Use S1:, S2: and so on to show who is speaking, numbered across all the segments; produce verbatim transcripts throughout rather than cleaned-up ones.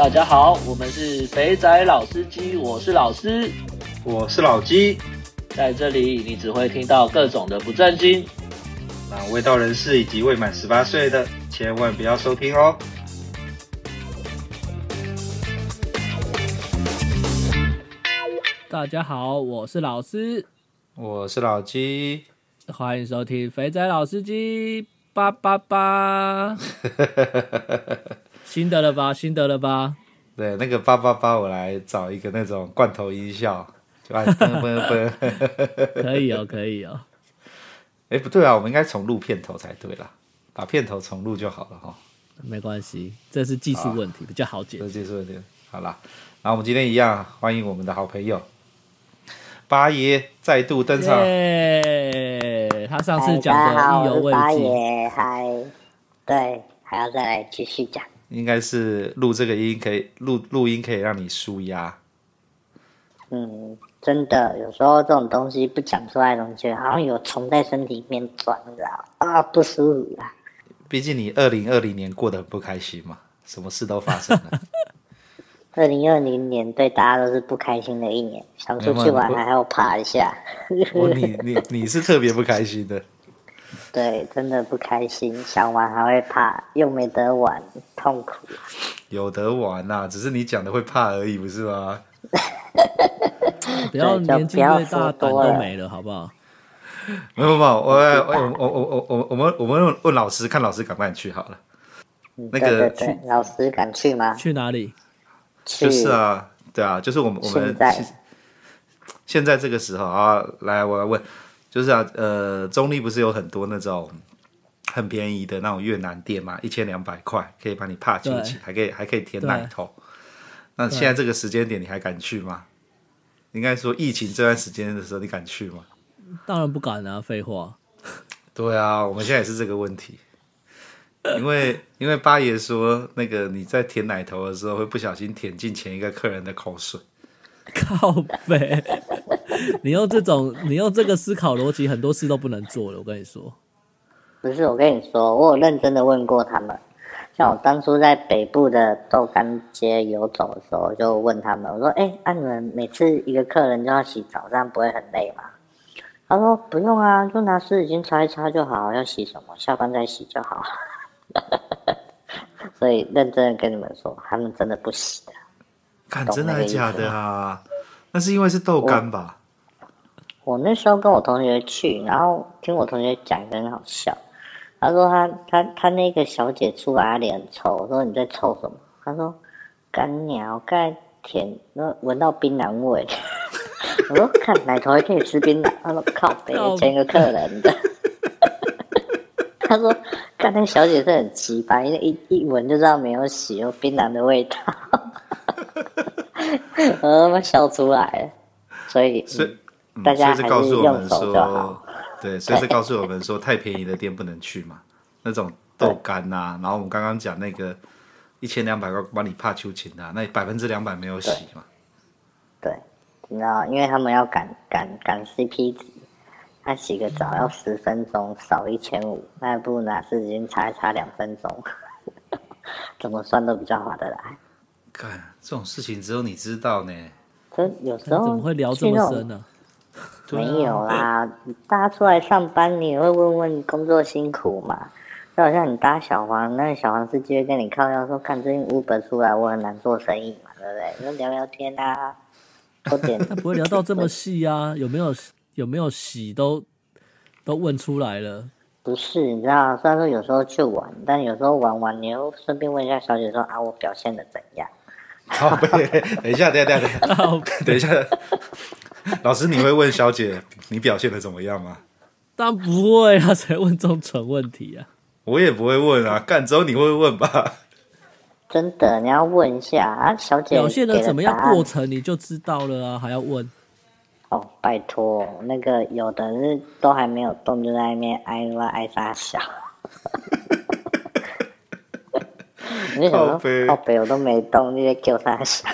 S1: 大家好，我们是肥仔老司机，我是老师，
S2: 我是老鸡。
S1: 在这里你只会听到各种的不正经，
S2: 那未到人士以及未满十八岁的，千万不要收听哦。
S3: 大家好，我是老师，
S2: 我是老鸡，
S3: 欢迎收听肥仔老司机八八八。新的了吧？新的了吧？
S2: 对，那个八八八，我来找一个那种罐头音效，就按嘣嘣嘣。
S3: 可以哦，可以哦。
S2: 哎，不对啊，我们应该重录片头才对啦，把片头重录就好了哈。
S3: 没关系，这是技术问题，比较好解。
S2: 这是技术问题。好啦，然后我们今天一样欢迎我们的好朋友八爷再度登场。
S3: 耶！他上次讲的意犹未尽。
S4: 八爷，嗨，对，还要再来继续讲。
S2: 应该是录这个音可以录录音可以让你舒压。
S4: 嗯，真的，有时候这种东西不讲出来的东西，好像有虫在身体里面转，你知道啊，不舒服啊。
S2: 毕竟你二零二零年过得很不开心嘛，什么事都发生了。
S4: 二零二零年对大家都是不开心的一年，想出去玩还要爬一下。
S2: 我你你你是特别不开心的。
S4: 对，真的不开心，想玩还会怕，又没得玩，痛苦。
S2: 有得玩呐、啊，只是你讲的会怕而已，不是吗？
S3: 不要年纪越大胆都没了，好不好？
S2: 没有没有，我我我我我我们我们问问老师，看老师敢不敢去好了。那个
S4: 对对对，老师敢去吗？
S3: 去哪里？
S2: 就是啊，对啊，就是我们我们
S4: 现在
S2: 现在这个时候啊，来我来问，就是啊，呃，中立不是有很多那种很便宜的那种越南店嘛，一千两百块可以把你帕进去，还可以还可以舔奶头。那现在这个时间点，你还敢去吗？应该说疫情这段时间的时候，你敢去吗？
S3: 当然不敢啊，废话。
S2: 对啊，我们现在也是这个问题。因为因为八爷说，那个你在舔奶头的时候会不小心舔进前一个客人的口水。
S3: 靠北，你用这种你用这个思考逻辑，很多事都不能做了。我跟你说，
S4: 不是，我跟你说，我有认真的问过他们。像我当初在北部的豆干街游走的时候，就问他们，我说：“哎、欸，啊你们每次一个客人就要洗澡，这样不会很累吗？”他说：“不用啊，就拿湿纸巾擦一擦就好，要洗什么？下班再洗就好。”所以认真的跟你们说，他们真的不洗的。
S2: 看，真的还假的啊？那是因为是豆干吧？
S4: 我, 我那时候跟我同学去，然后听我同学讲一个很好笑。他说他他他那个小姐出来，她脸很臭。我说你在臭什么？他说干鸟盖甜，那闻到槟榔味。我说看奶头还可以吃槟榔。他说靠北，前一个客人的。他说看那小姐是很奇葩，因为一一闻就知道没有洗，有槟榔的味道。我他妈笑出来了。所以，
S2: 所以、嗯、
S4: 大家还
S2: 是告诉我们
S4: 说，
S2: 对，所以是告诉我们说，太便宜的店不能去嘛。那种豆干呐、啊，然后我们刚刚讲那个一千两百块帮你怕秋琴啊，那百分之两百没有洗嘛。
S4: 对，对你知道，因为他们要赶赶赶 C P 值，他洗个澡要十分钟，少一千五，那还不如拿湿纸巾擦一擦两分钟，怎么算都比较划得来。
S2: 看这种事情只有你知道呢。
S4: 这有时候
S3: 怎么会聊这么深呢、啊？
S4: 没有啦，大家出来上班，你也会问问工作辛苦嘛。就好像你搭小黄，那小黄司机会跟你靠腰说，看最近 Uber 出来，我很难做生意嘛，对不对？就聊聊天啊，多点。
S3: 他不会聊到这么细啊？有没有有没有洗都都问出来了？
S4: 不是，你知道，虽然说有时候去玩，但有时候玩完，你又顺便问一下小姐说啊，我表现的怎样？
S2: 好，等一下，等一下，等一下，等一下，老师，你会问小姐你表现的怎么样吗？
S3: 当然不会啊，才问这种蠢问题啊！
S2: 我也不会问啊，干，只有你会问吧？
S4: 真的，你要问一下啊，小姐
S3: 表现的怎么样，过程你就知道了啊，还要问？
S4: 哦，拜托，那个有的是都还没有动就在那边挨吧挨傻小。你就想说靠北我都没动，你在给我傻小。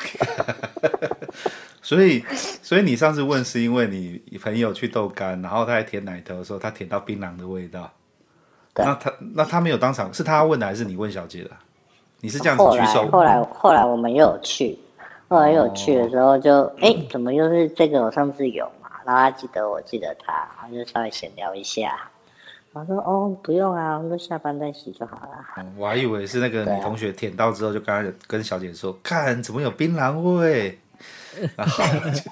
S2: 所以，所以你上次问是因为你朋友去豆干，然后他在舔奶头的时候，他舔到槟榔的味道。那他那他没有当场，是他问的还是你问小姐的？ 你是这样子
S4: 后来
S2: 举手？
S4: 后来后来我们又有去，后来又有去的时候就哎、诶怎么又是这个？我上次有嘛，然后他记得我记得他，然后就稍微闲聊一下。我说哦不用啊，我们都下班再洗就好了。
S2: 嗯我还以为是那个
S4: 对啊
S2: 女同学舔到之后就跟她跟小姐说，看怎么有槟榔味，然后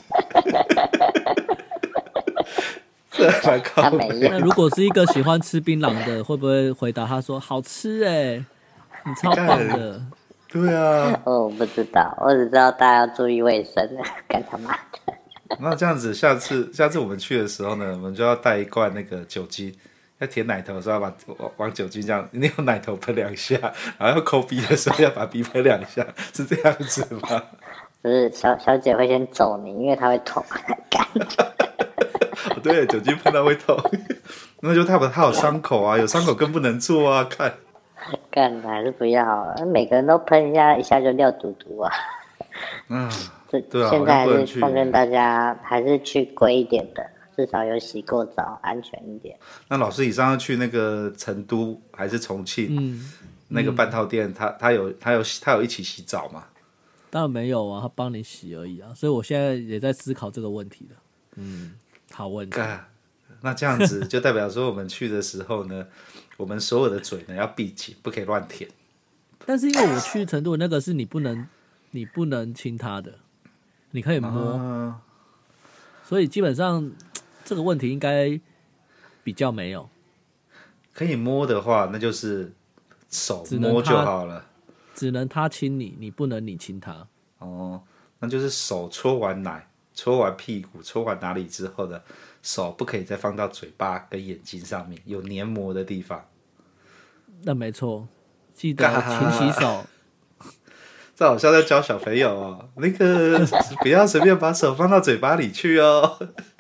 S2: 这蛮靠
S4: 他没
S2: 北。
S4: 有
S3: 那如果是一个喜欢吃槟榔的，会不会回答他说好吃哎、你超棒的？
S2: 对啊，
S4: 哦，我不知道，我只知道大家要注意卫生，干他妈的。
S2: 那这样子，下次下次我们去的时候呢，我们就要带一罐那个酒精，要舔奶头的时候要把往往酒精这样，你用奶头喷两下，然后要抠鼻的时候要把鼻喷两下，是这样子吗？
S4: 不是小小姐会先揍你，因为她会痛，干。
S2: 哦对，酒精喷到会痛，那就代表他有伤口啊，有伤口更不能做啊，看。
S4: 干还是不要好了，每个人都喷一下，一下就尿嘟嘟啊。
S2: 嗯，
S4: 这
S2: 对啊
S4: 现在还
S2: 好像不能去
S4: 是奉劝大家，还是去贵一点的，至少有洗过澡，安全一点。
S2: 那老师，你上次去那个成都还是重庆、
S3: 嗯，
S2: 那个半套店，他他有他有他有一起洗澡吗？
S3: 当然没有啊，他帮你洗而已啊。所以我现在也在思考这个问题了。嗯，好问题。
S2: 干，那这样子就代表说我们去的时候呢，我们所有的嘴呢要闭紧，不可以乱舔。
S3: 但是因为我去成都那个是你不能，你不能亲他的，你可以摸，
S2: 啊
S3: 所以基本上这个问题应该比较没有，
S2: 可以摸的话，那就是手
S3: 只能
S2: 摸就
S3: 他
S2: 好了。
S3: 只能他亲你，你不能你亲他。
S2: 哦，那就是手搓完奶、搓完屁股、搓完哪里之后的手，不可以再放到嘴巴跟眼睛上面有黏膜的地方。
S3: 那没错，记得勤洗手。
S2: 这好像在教小朋友哦，那个不要随便把手放到嘴巴里去哦。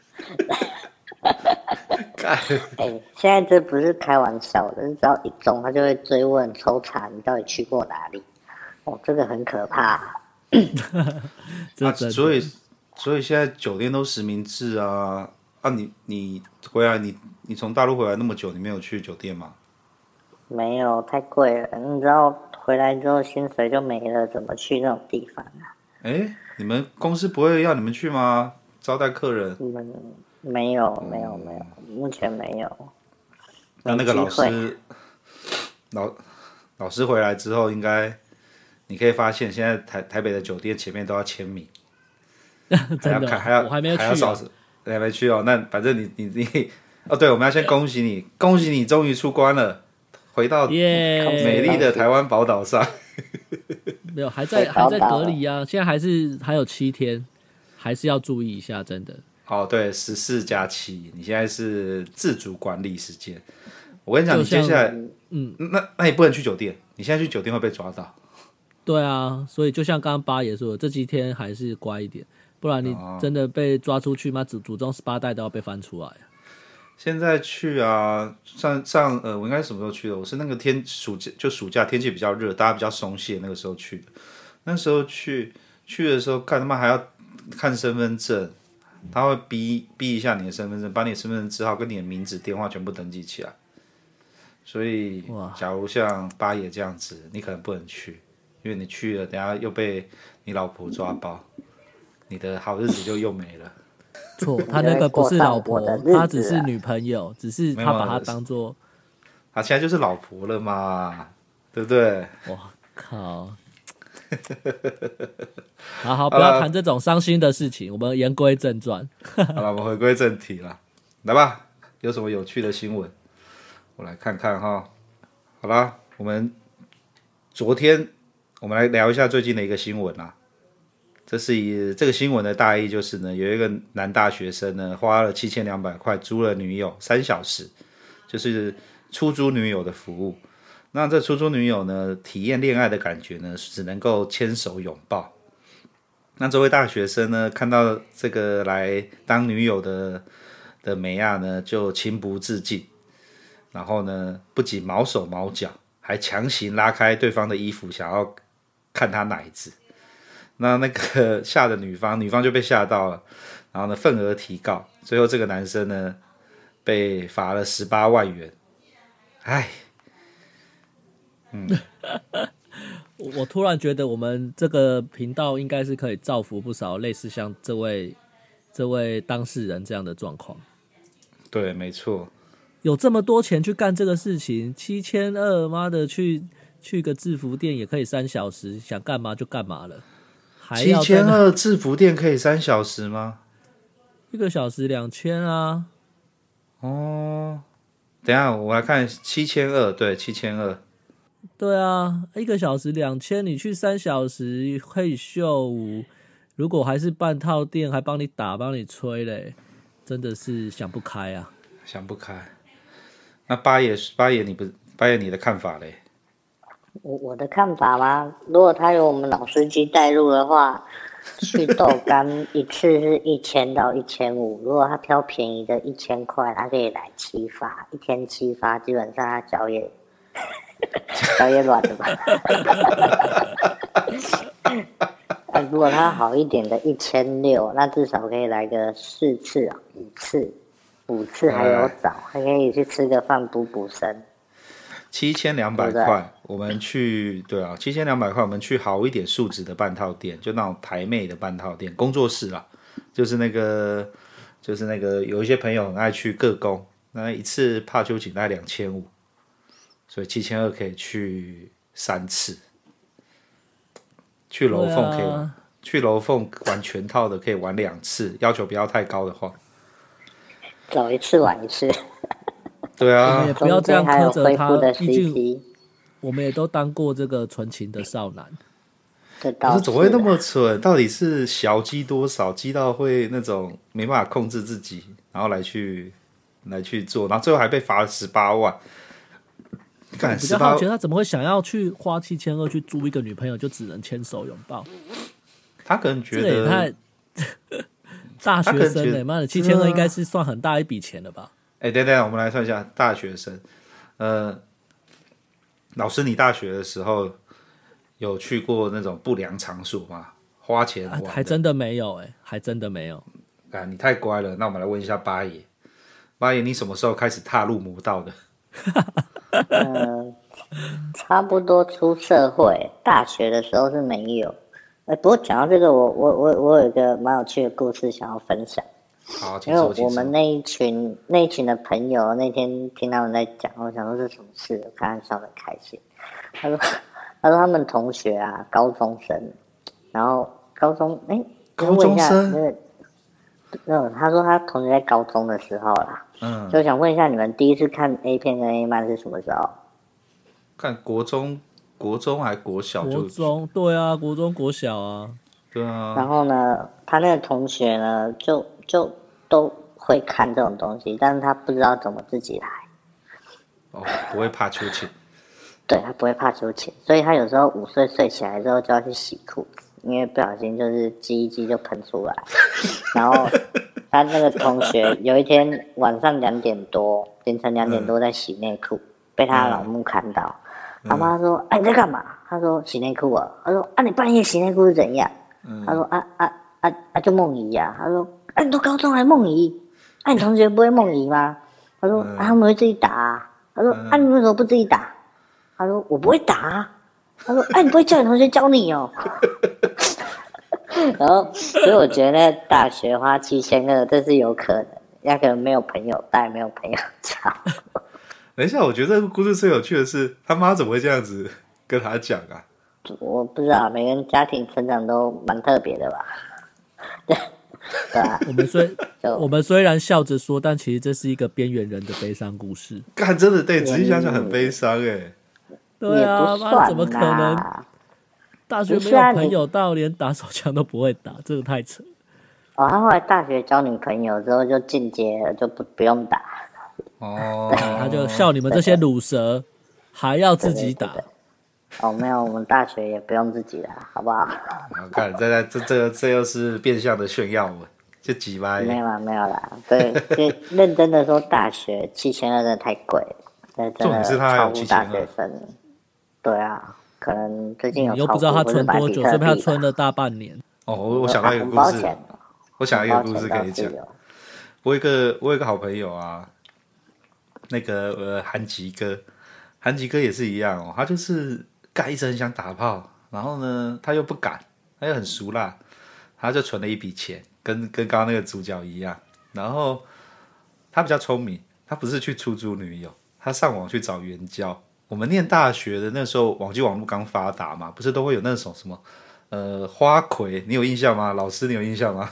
S2: 干
S4: 哎、现在这不是开玩笑的，只要一中，他就会追问抽查你到底去过哪里。哦，这个很可怕。
S2: 啊，
S3: 这真的
S2: 所以所以现在酒店都实名制啊啊！你你回来，你你从大陆回来那么久，你没有去酒店吗？
S4: 没有，太贵了。你知道回来之后薪水就没了，怎么去那种地方啊？
S2: 哎，你们公司不会要你们去吗？招待客人？
S4: 你们没有，没有，没有，目前没有。
S2: 那那个老
S4: 没机会
S2: 师老老师回来之后，应该你可以发现，现在台台北的酒店前面都要签名，还
S3: 真的
S2: 要看，还要
S3: 我还没有去、啊。
S2: 还要扫视，还没去哦。那反正你你你哦，对，我们要先恭喜你，恭喜你终于出关了，回到
S3: 耶、
S2: 美丽的台湾宝岛上。
S3: 没有，还在
S4: 被
S3: 还在
S4: 搞倒了
S3: 隔离啊，现在还是还有七天，还是要注意一下，真的。
S2: 哦，对，十四加七，你现在是自主管理时间。我跟你讲，你
S3: 就像
S2: 接下来，
S3: 嗯，
S2: 那那你不能去酒店，你现在去酒店会被抓到。
S3: 对啊，所以就像刚刚八爷说的，这几天还是乖一点，不然你
S2: 哦
S3: 真的被抓出去嘛，祖祖宗十八代都要被翻出来。
S2: 现在去啊，上上呃，我应该什么时候去的？我是那个天暑假，就暑假天气比较热，大家比较松懈，那个时候去的。那时候去去的时候，看他妈还要看身份证，他会逼逼一下你的身份证，把你的身份证字号跟你的名字、电话全部登记起来。所以
S3: 哇，
S2: 假如像八爷这样子，你可能不能去，因为你去了，等下又被你老婆抓包，你的好日子就又没了。
S3: 错，他那个不是老婆
S4: 过上我的日子，啊
S3: 他只是女朋友，只是他把她当做，
S2: 他现在就是老婆了嘛，对不对？
S3: 哇靠！好好，不要谈这种伤心的事情，我们言归正传。
S2: 好了，我们回归正题了，来吧，有什么有趣的新闻？我来看看哈。好啦，我们昨天我们来聊一下最近的一个新闻啦。这是以这个新闻的大意就是呢，有一个男大学生呢，花了七千两百块租了女友三小时，就是出租女友的服务。那这出租女友呢，体验恋爱的感觉呢，只能够牵手拥抱。那这位大学生呢，看到这个来当女友的的美亚呢，就情不自禁，然后呢，不仅毛手毛脚，还强行拉开对方的衣服，想要看她奶子。那那个吓的女方，女方就被吓到了，然后呢，份额提告，最后这个男生呢，被罚了十八万元。唉。嗯，
S3: 我我突然觉得我们这个频道应该是可以造福不少类似像这位这位当事人这样的状况。
S2: 对，没错。
S3: 有这么多钱去干这个事情，七千二，妈的，去去个制服店也可以三小时，想干嘛就干嘛了。
S2: 七千二制服店可以三小时吗？
S3: 一个小时两千啊。
S2: 哦，等一下我来看，七千二，对，七千二。
S3: 对啊，一个小时两千，你去三小时可以秀舞，如果还是半套店，还帮你打帮你吹嘞，真的是想不开啊，
S2: 想不开。那八爷，八爷你不，八爷你的看法嘞？
S4: 我我的看法吗？如果他有我们老司机带路的话，去豆干一次是一千到一千五。如果他挑便宜的一千块，他可以来七发，一天七发，基本上他脚也脚也软了吧？啊，如果他好一点的一千六，那至少可以来个四次啊，五次，五次还有找，还可以去吃个饭补补身。
S2: 七千两百块，我们去对啊，七千两百块，我们去好一点素质的半套店，就那种台妹的半套店，工作室啦，就是那个，就是那个，有一些朋友很爱去个工，那一次帕秋瑾大概两千五，所以七千二可以去三次，去楼凤可以玩，啊、去楼凤玩全套的可以玩两次，要求不要太高的话，
S4: 走一次玩一次。
S2: 对啊，
S3: 我们也不要这样苛责他，
S4: 毕竟
S3: 我们也都当过这个纯情的少男。
S4: 可
S2: 是怎么会那么蠢？到底是小鸡多少，鸡到会那种没办法控制自己，然后来去来去做，然后最后还被罚了十八万。
S3: 我比较好奇他怎么会想要去花七千二去租一个女朋友，就只能牵手拥抱？
S2: 他可能觉得
S3: 这也太大学生哎、欸，妈的，七千二应该是算很大一笔钱了吧？
S2: 哎、欸，等等，我们来算一下大学生。呃，老师，你大学的时候有去过那种不良场所吗？花钱玩的、
S3: 啊、还真的没有哎、欸，还真的没有。
S2: 啊，你太乖了。那我们来问一下八爷，八爷，你什么时候开始踏入魔道的？
S4: 嗯，差不多出社会，大学的时候是没有。哎，不过讲到这个，我我我我有一个蛮有趣的故事想要分享。
S2: 好，
S4: 因为我们那一群那一群的朋友，那天听他们在讲，我想说是什么事，我看他笑得开心。他说，他说他们同学啊，高中生，然后高中哎，
S2: 高中生，
S4: 那个，那他说他同学在高中的时候啦，
S2: 嗯，
S4: 就想问一下你们第一次看 A 片跟 A 漫是什么时候？
S2: 看国中，国中还国小就？
S3: 国中，对啊，国中国小啊，
S2: 对啊。
S4: 然后呢，他那个同学呢，就就都会看这种东西，但是他不知道怎么自己来。
S2: 哦，不会怕秋千。
S4: 对，他不会怕秋千，所以他有时候午睡睡起来之后就要去洗裤子，因为不小心就是挤一挤就喷出来。然后他那个同学有一天晚上两点多，凌晨两点多在洗内裤，嗯、被他老母看到。嗯、他妈说：“哎、啊，你在干嘛？”他说：“洗内裤啊。”他说：“啊，你半夜洗内裤是怎样？”嗯、他说：“啊啊啊啊，就梦遗呀。”他说：“啊，你都高中还夢遺？啊，你同學不會夢遺嗎？”他說：“啊，他們會自己打啊。”他說：“啊，你為什麼不自己打？”他說：“我不會打啊。”他說：“哎、啊，你不會叫你同學教你哦。”然後，所以我覺得那大學花七千二，這是有可能，那可能沒有朋友帶，沒有朋友教。
S2: 等一下，我覺得這個故事最有趣的是，他媽怎麼會這樣子跟他講啊？
S4: 我不知道，每個人家庭成長都蠻特別的吧。對。對啊，
S3: 我們雖我們雖然笑着說，但其實這是一個邊緣人的悲傷故事。
S2: 幹，真的對，仔細想想很悲傷哎。
S3: 對啊，媽怎麼可能？大學沒有朋友到連打手槍都不會打，這個太扯。
S4: 哦，他後來大學交女朋友之後就進階了，就不不用打。
S2: 哦，
S3: 他就笑你們這些魯蛇還要自己打。
S4: 對對對對哦，沒有，我們大學也不用自己打，好不好？
S2: 好看，這這這這又是變相的炫耀我，就幾歪。
S4: 沒有啦，沒有啦。對，就認真的說，大學七千二真的太貴了，真的超乎大學生。對啊，可能最近有超過。
S3: 你又不知道他存多久，這邊他存了大半年。
S2: 哦，我我想到一個故事，我想到一個故事可以講。我有一個我有一個好朋友啊，那個呃韓吉哥，韓吉哥也是一樣哦，他就是。幹一直很想打炮， 然后呢，他又不敢，他又很俗辣，他就存了一笔钱，跟跟刚刚那个主角一样。然后他比较聪明，他不是去出租女友，他上网去找援交。我们念大学的那时候，网际网络刚发达嘛，不是都会有那种什么呃花魁，你有印象吗？老师，你有印象吗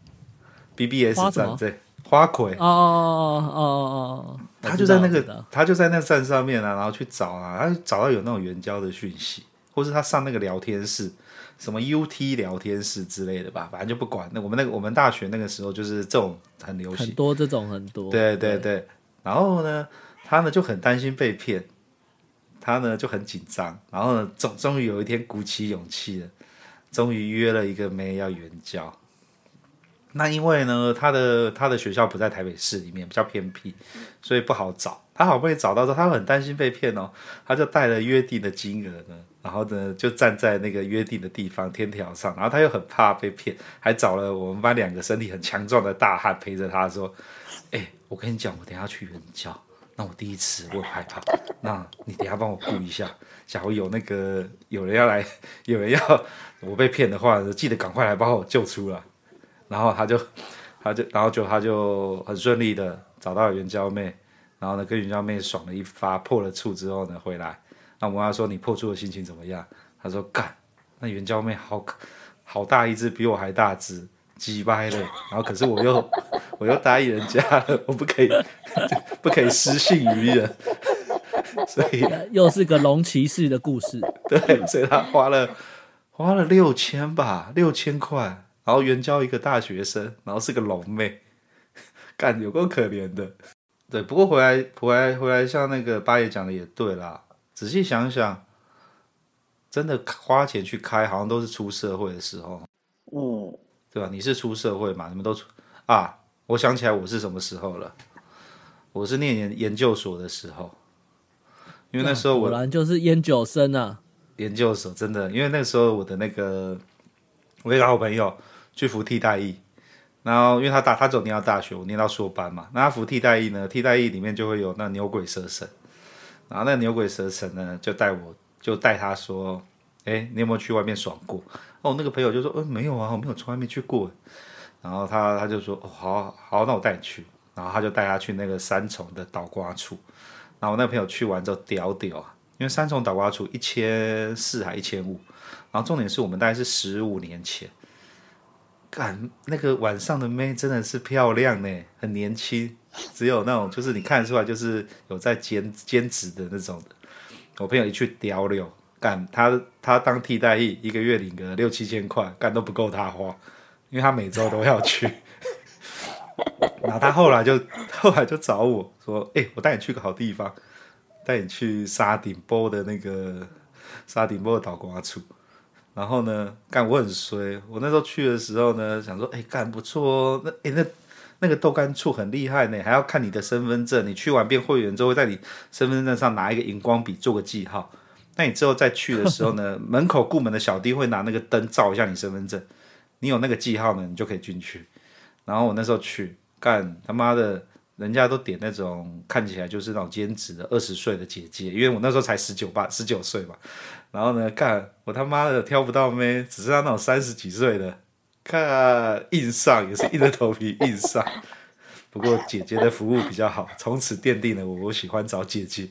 S2: ？B B S 站对花魁
S3: 哦哦哦哦哦，
S2: 他就在那个他就在那个站上面啊，然后去找啊，他找到有那种援交的讯息，或是他上那个聊天室，什么 U T 聊天室之类的吧，反正就不管。那我们那个我们大学那个时候就是这种很流行，
S3: 很多这种很多。
S2: 对对对，然后呢，他呢就很担心被骗，他呢就很紧张，然后呢终终于有一天鼓起勇气了，终于约了一个妹要援交。那因为呢，他的他的学校不在台北市里面，比较偏僻，所以不好找。他好不容易找到之后，他很担心被骗哦，他就带了约定的金额呢，然后呢就站在那个约定的地方天桥上，然后他又很怕被骗，还找了我们班两个身体很强壮的大汉陪着他说：“哎、欸，我跟你讲，我等一下去援交，那我第一次我很害怕，那你等一下帮我顾一下，假如有那个有人要来，有人要我被骗的话，记得赶快来把我救出来。”然后他就，他就，然后就他就很顺利的找到了援交妹，然后呢跟援交妹爽了一发，破了处之后呢回来，那我问他说你破处的心情怎么样？他说干，那援交妹好好大一只，比我还大只，鸡掰了。然后可是我又我又答应人家了，我不可以不可以失信于人，所以
S3: 又是个龙骑士的故事。
S2: 对，所以他花了花了六千吧，六千块。然后援交一个大学生，然后是个龙妹，干有够可怜的。对，不过回来回来回来，像那个八爷讲的也对啦。仔细想想，真的花钱去开，好像都是出社会的时候，
S4: 嗯，
S2: 对吧？你是出社会嘛？你们都出啊？我想起来我是什么时候了？我是念研研究所的时候，因为那时候我
S3: 果然就是烟酒生啊。
S2: 研究所真的，因为那时候我的那个我有一个好朋友。去服替代役，然后因为他大他只有念到大学，我念到硕班嘛，那他服替代役呢，替代役里面就会有那牛鬼蛇神，然后那牛鬼蛇神呢就带我就带他说，哎，你有没有去外面爽过？哦，那个朋友就说，嗯，没有啊，我没有从外面去过。然后他他就说，哦，好好，那我带你去。然后他就带他去那个三重的倒瓜处，然后我那个朋友去完之后屌屌啊，因为三重倒瓜处一千四还一千五，然后重点是我们大概是十五年前。干那个晚上的妹真的是漂亮呢，很年轻，只有那种就是你看得出来就是有在兼兼职的那种的。我朋友一去屌六，干他他当替代役一个月领个六七千块，干都不够他花，因为他每周都要去。然后他后来就后来就找我说，哎、欸，我带你去个好地方，带你去沙顶波的那个沙顶波的倒瓜处。然后呢，干我很衰，我那时候去的时候呢，想说，哎，干不错哦，那哎那那个豆干处很厉害呢，还要看你的身份证，你去完变会员之后，会在你身份证上拿一个荧光笔做个记号，那你之后再去的时候呢，门口顾门的小弟会拿那个灯照一下你身份证，你有那个记号呢，你就可以进去。然后我那时候去，干他妈的，人家都点那种看起来就是那种兼职的二十岁的姐姐，因为我那时候才十九吧，十九岁嘛。然后呢，干我他妈的挑不到妹，只是他那种三十几岁的，看硬上也是硬着头皮硬上。不过姐姐的服务比较好，从此奠定了我我喜欢找姐姐。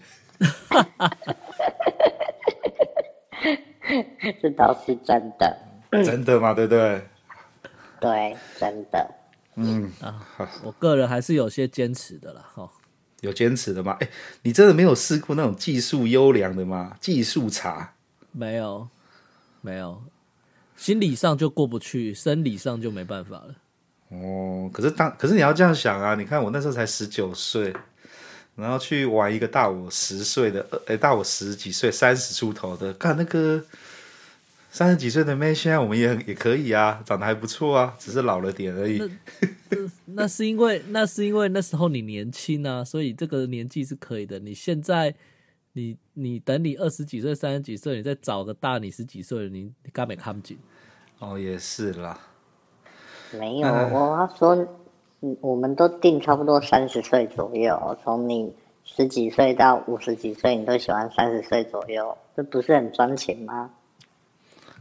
S4: 这倒是真的。
S2: 真的吗？对不对？
S4: 对，真的。
S2: 嗯
S3: 啊，我个人还是有些坚持的啦，哈。
S2: 有坚持的吗？哎，你真的没有试过那种技术优良的吗？技术茶？
S3: 没有，没有，心理上就过不去，生理上就没办法了。
S2: 哦，可是当可是你要这样想啊，你看我那时候才十九岁，然后去玩一个大我十岁的，哎，大我十几岁，三十出头的，干那个三十几岁的妹，现在我们也也可以啊，长得还不错啊，只是老了点而已。
S3: 那, 那是因为那是因为那时候你年轻啊，所以这个年纪是可以的。你现在。你你等你二十几岁、三十几岁，你再找个大你十几岁的，你你根本看不进。
S2: 哦，也是啦。
S4: 没有，我要说，我们都定差不多三十岁左右，从你十几岁到五十几岁，你都喜欢三十岁左右，这不是很专情吗？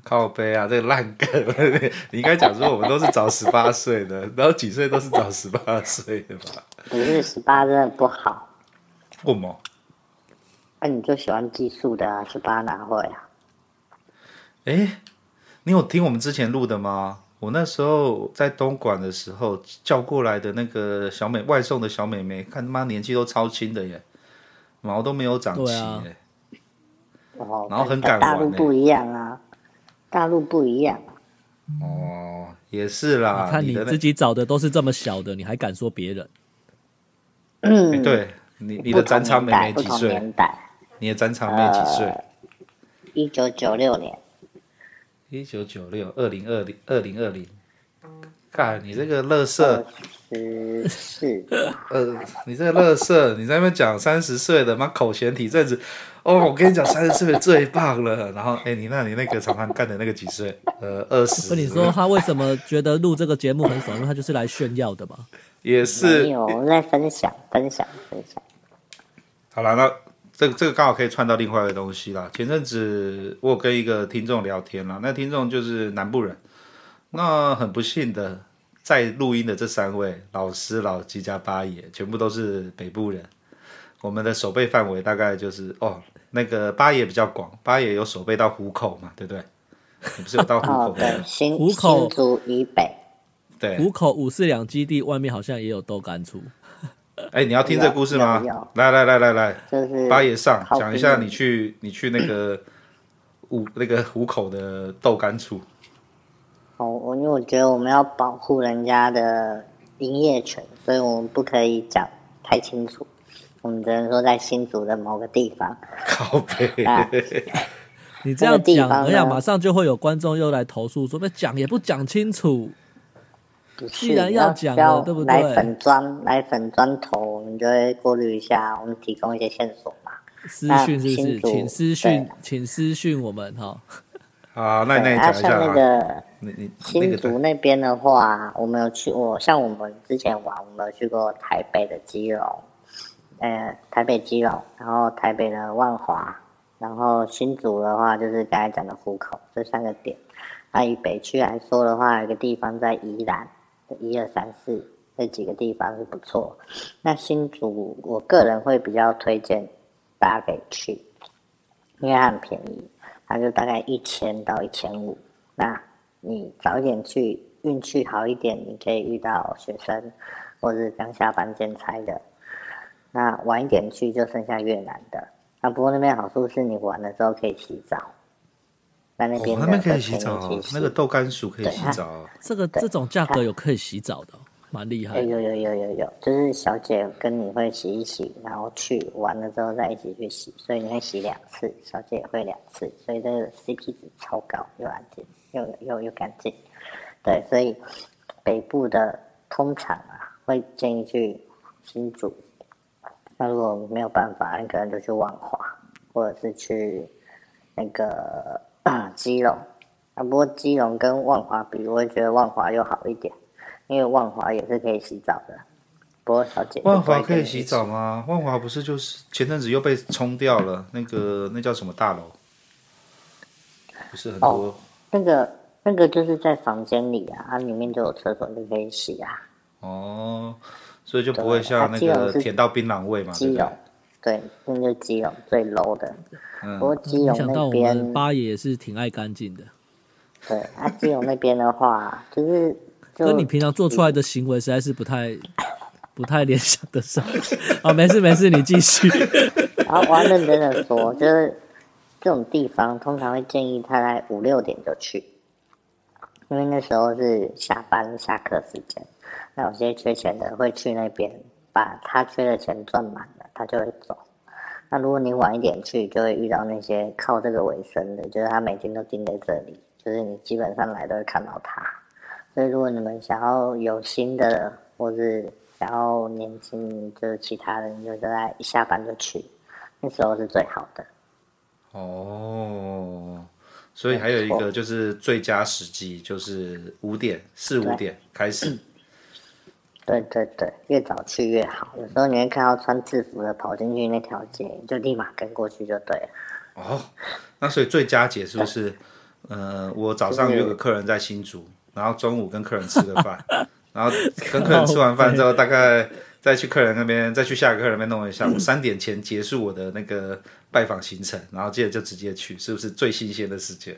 S2: 靠背啊，这个烂梗，你应该讲说我们都是早十八岁的，然后几岁都是早十八岁的吧？
S4: 不是十八真的不好。
S2: 为什么？
S4: 那、啊、你就喜欢技术的啊，十八哪会啊？
S2: 哎，你有听我们之前录的吗？我那时候在东莞的时候叫过来的那个小美外送的小美眉，看他妈年纪都超轻的耶，毛都没有长齐耶。啊、
S4: 哦，
S2: 然后很敢玩。
S4: 大陆不一样啊，大陆不一样。
S2: 哦，也是啦。
S3: 你看你自己找的都是这么小的，你还敢说别人？
S2: 嗯，对你你的展场妹妹几岁？
S4: 年代，
S2: 你的展场妹几岁？
S4: 一九九六年。
S2: 一九九六，二零二零，二零二零。看你这个垃圾。
S4: 十四。
S2: 呃，你这个垃圾，你在那边讲三十岁的，妈口嫌体正直。哦，我跟你讲，三十岁最棒了。然后，哎，你那你那个常常干的那个几岁？呃，二十。
S3: 跟你说，他为什么觉得录这个节目很爽？因为他就是来炫耀的嘛。
S2: 也是。
S4: 没有，我在分享，分享，分享。
S2: 好了，那这个这个刚好可以串到另外一个东西啦。前阵子我有跟一个听众聊天啦，那听众就是南部人。那很不幸的，在录音的这三位老师、老吉加八爷，全部都是北部人。我们的守备范围大概就是哦，那个八爷比较广，八爷有守备到湖口嘛，对不对？你不是有到湖口吗？
S4: 哦，对，新
S3: 湖口
S4: 新竹以北。
S2: 对，
S3: 湖口五四两基地外面好像也有豆干处。
S2: 哎，你要听这个故事吗？来来来来来，
S4: 就是
S2: 八爷上讲一下你去你去那个湖那个湖口的豆干处。
S4: 哦，我因为我觉得我们要保护人家的营业权，所以我们不可以讲太清楚。我们只能说在新竹的某个地方。
S2: 靠北。
S4: 啊、
S3: 你这样讲，等一下马上就会有观众又来投诉，说讲也不讲清楚。既然要讲了，对不对？
S4: 来粉专，来粉专投，我们就会过滤一下，我们提供一些线索嘛。
S3: 私讯是不是？请私讯，请私讯我们哈。
S2: 好，那你那你讲一下啊。
S4: 像那个
S2: 你你
S4: 新竹那边的话，我们有去，我像我们之前玩，我们有去过台北的基隆，呃，台北基隆，然后台北的万华，然后新竹的话就是刚才讲的湖口这三个点。那以北区来说的话，有一个地方在宜兰。一二三四这几个地方是不错，那新竹我个人会比较推荐大家可以去，因为它很便宜，它就大概一千到一千五。那你早一点去，运气好一点，你可以遇到学生或是刚下班兼差的。那晚一点去就剩下越南的。那不过那边好处是你玩了之后可以洗澡。那那边、
S2: 哦、那边可以洗澡、哦，那个豆干薯可以洗澡、哦。
S3: 这个这种价格有可以洗澡的、哦，蛮厉害的。
S4: 有有有有有，就是小姐跟你会洗一洗，然后去完了之后再一起去洗，所以你会洗两次，小姐也会两次，所以这个 C P 值超高，又安静又又又干净。对，所以北部的通常啊会建议去新竹，那如果没有办法，你可能就去万华，或者是去那个。啊，基隆啊，不过基隆跟万华比，我会觉得万华又好一点，因为万华也是可以洗澡的。不过小姐，
S2: 万华可以洗澡吗？万华不是就是前阵子又被冲掉了，那个那叫什么大楼？不是很多、哦。
S4: 那个那个就是在房间里啊，它里面就有厕所，就可以洗啊。
S2: 哦，所以就不会像那个甜到槟榔味嘛，
S4: 基隆。对，那就是基隆最 low 的。
S2: 嗯、
S4: 不过基隆那边，
S3: 八爷也是挺爱干净的。
S4: 对，啊，基隆那边的话，就是就
S3: 跟你平常做出来的行为实在是不太不太联想得上。啊，没事没事，你继续。
S4: 然后我要认真的说，就是这种地方通常会建议他在五六点就去，因为那时候是下班下课时间。那有些缺钱的会去那边，把他缺的钱赚满了，他就会走。那如果你晚一点去，就会遇到那些靠这个为生的，就是他每天都盯在这里，就是你基本上来都会看到他。所以如果你们想要有新的，或是想要年轻，就是其他人，就在一下班就去，那时候是最好的。
S2: 哦，所以还有一个就是最佳时机，就是五点四五点开始。
S4: 对对对，越早去越好。有时候你会看到穿制服的跑进去那条街，就立马跟过去就对了。
S2: 哦，那所以最佳解是不是呃，我早上约个客人在新竹，然后中午跟客人吃个饭，然后跟客人吃完饭之后，大概再去客人那边，再去下一个客人那边弄一下，我三点前结束我的那个拜访行程，然后接着就直接去，是不是最新鲜的时间？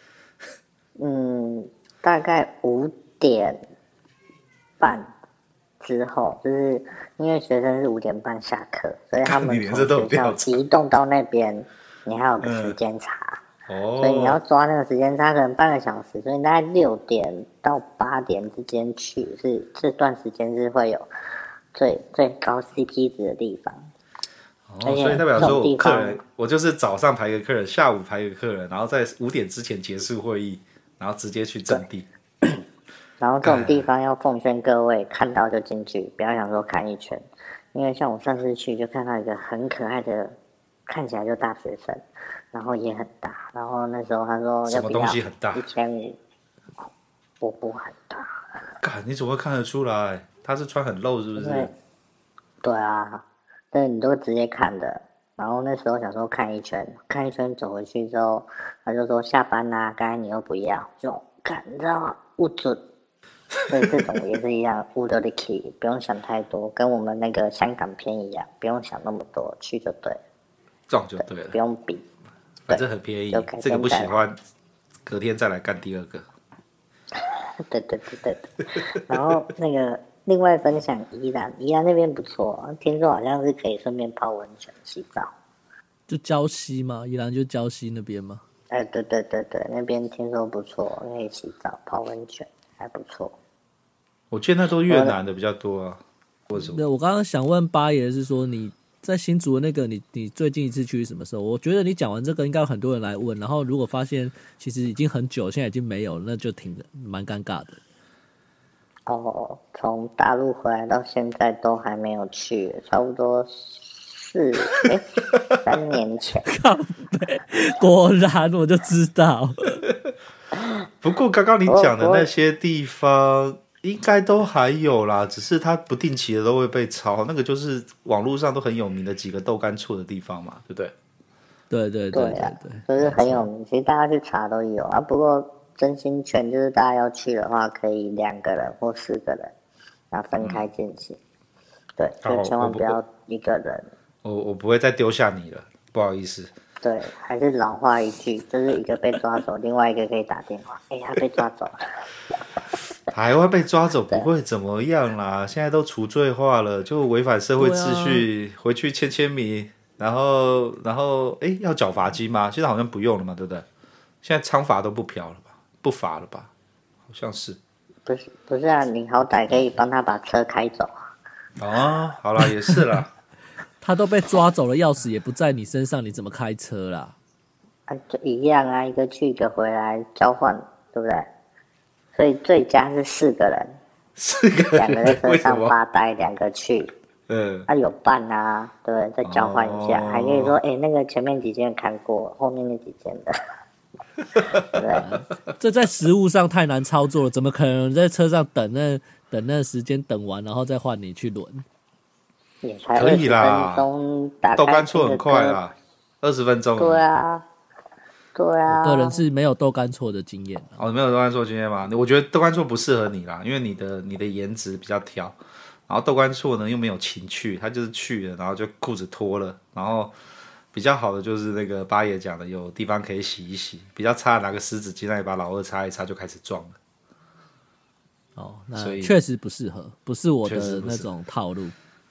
S4: 嗯，大概五点半之后，就是因为学生是五点半下课，所以他们从学校移动到那边，你还有个时间差。
S2: 哦，
S4: 所以你要抓那个时间差，可能半个小时，所以大概六点到八点之间去，是这段时间是会有最最高 C P 值的地方。
S2: 哦，所以代表说我客人，我就是早上排个客人，下午排个客人，然后在五点之前结束会议，然后直接去阵地。
S4: 然后这种地方要奉劝各位，看到就进去，不要想说看一圈，因为像我上次去就看到一个很可爱的，看起来就大学生。然后也很大，然后那时候他说
S2: 什么东西很大？
S4: 一千五，波波很大。
S2: 干，你怎么会看得出来？他是穿很露是不是？
S4: 对啊，对，你都直接看的。然后那时候想说看一圈，看一圈走回去之后，他就说下班啦、啊，刚才你又不要，就看你知道吗？误准。所以这种也是一样，误得的 key， 不用想太多，跟我们那个香港片一样，不用想那么多，去就对了。
S2: 撞就对了，
S4: 不用比。
S2: 反正很便宜，这个不喜欢，隔天再来干第二个。
S4: 对对对对对。然后那个另外分享宜兰，宜兰那边不错，听说好像是可以顺便泡温泉、洗澡。
S3: 就礁溪嘛，宜兰就礁溪那边嘛。
S4: 哎，对对对对，那边听说不错，可以洗澡、泡温泉，还不错。
S2: 我觉得那都越南的比较多啊，或者什么？
S3: 对，我刚刚想问八爷是说你。在新竹的那个你，你最近一次去是什么时候？我觉得你讲完这个，应该有很多人来问。然后如果发现其实已经很久，现在已经没有了，那就挺蛮尴尬的。
S4: 哦，从大陆回来到现在都还没有去，差不多四哎三年前。
S3: 靠北，果然我就知道。
S2: 不过刚刚你讲的那些地方。应该都还有啦，只是它不定期的都会被抄，那个就是网络上都很有名的几个豆干厝的地方嘛，对不对？
S3: 对对对
S4: 对啊，就是很有名，其实大家去查都有啊。不过真心劝就是大家要去的话，可以两个人或四个人，然后分开进行。嗯、对，就千万不要一个人。
S2: 我我不会再丢下你了，不好意思。
S4: 对，还是老话一句，就是一个被抓走，另外一个可以打电话。哎、欸，他被抓走了。
S2: 台湾被抓走不会怎么样啦，现在都除罪化了，就违反社会秩序，啊、回去签签名，然后然后哎要缴罚金吗？现在好像不用了嘛，对不对？现在娼罚都不嫖了吧，不罚了吧？好像是。
S4: 不是不是啊，你好歹可以帮他把车开走啊。
S2: 哦，好啦，也是啦。
S3: 他都被抓走了，钥匙也不在你身上，你怎么开车啦？
S4: 啊，就一样啊，一个去一个回来交换，对不对？所以最佳是四个人，
S2: 四个人
S4: 两个在车上发呆，两个去，
S2: 嗯，
S4: 啊有伴啊，对不对？再交换一下，哦、还可以说，哎、欸，那个前面几间看过，后面那几间的，对，
S3: 这在实物上太难操作了，怎么可能在车上等那等那时间等完，然后再换你去轮？
S4: 也才二十分钟，
S2: 豆干错很快啦，二十分钟，
S4: 对啊。对啊，
S3: 我个人是没有豆干错的经验。
S2: 哦，没有豆干错经验吗？我觉得豆干错不适合你啦，因为你的你的颜值比较挑，然后豆干错呢又没有情趣，他就是去了，然后就裤子脱了，然后比较好的就是那个八爷讲的，有地方可以洗一洗，比较差拿个湿纸巾，那你把老二擦一擦就开始撞了。
S3: 哦，那确实不适合，不是我的那种套路。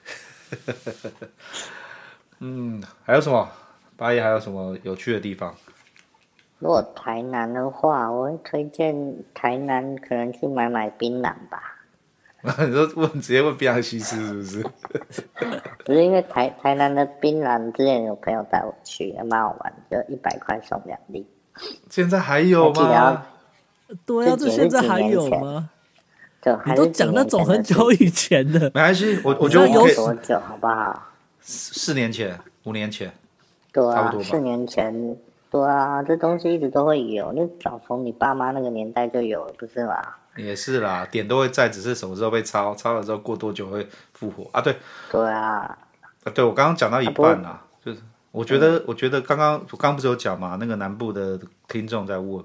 S2: 嗯，还有什么？八爷还有什么有趣的地方？
S4: 如果台南的话，我会推荐台南可能去买买槟榔吧。
S2: 你说问直接问槟榔西施是不是？
S4: 不是因为台台南的槟榔，之前有朋友带我去，蛮好玩，就一百块送两粒。
S2: 现在还有吗？
S3: 对啊，这现在还有吗？
S4: 就
S3: 你都讲那种很久以前的，
S2: 没关系，我我觉得
S4: 有多久好不好？
S2: 四年前、五年前，
S4: 对啊，
S2: 差不多吧。
S4: 四年前。对啊，这东西一直都会有，那早从你爸妈那个年代就有了，不是吗？
S2: 也是啦，点都会在，只是什么时候被抄，抄了之后过多久会复活啊？对，
S4: 对啊，
S2: 啊对我刚刚讲到一半啦，啊、就是我觉得，嗯、我觉得刚刚我刚刚不是有讲嘛，那个南部的听众在问嘛，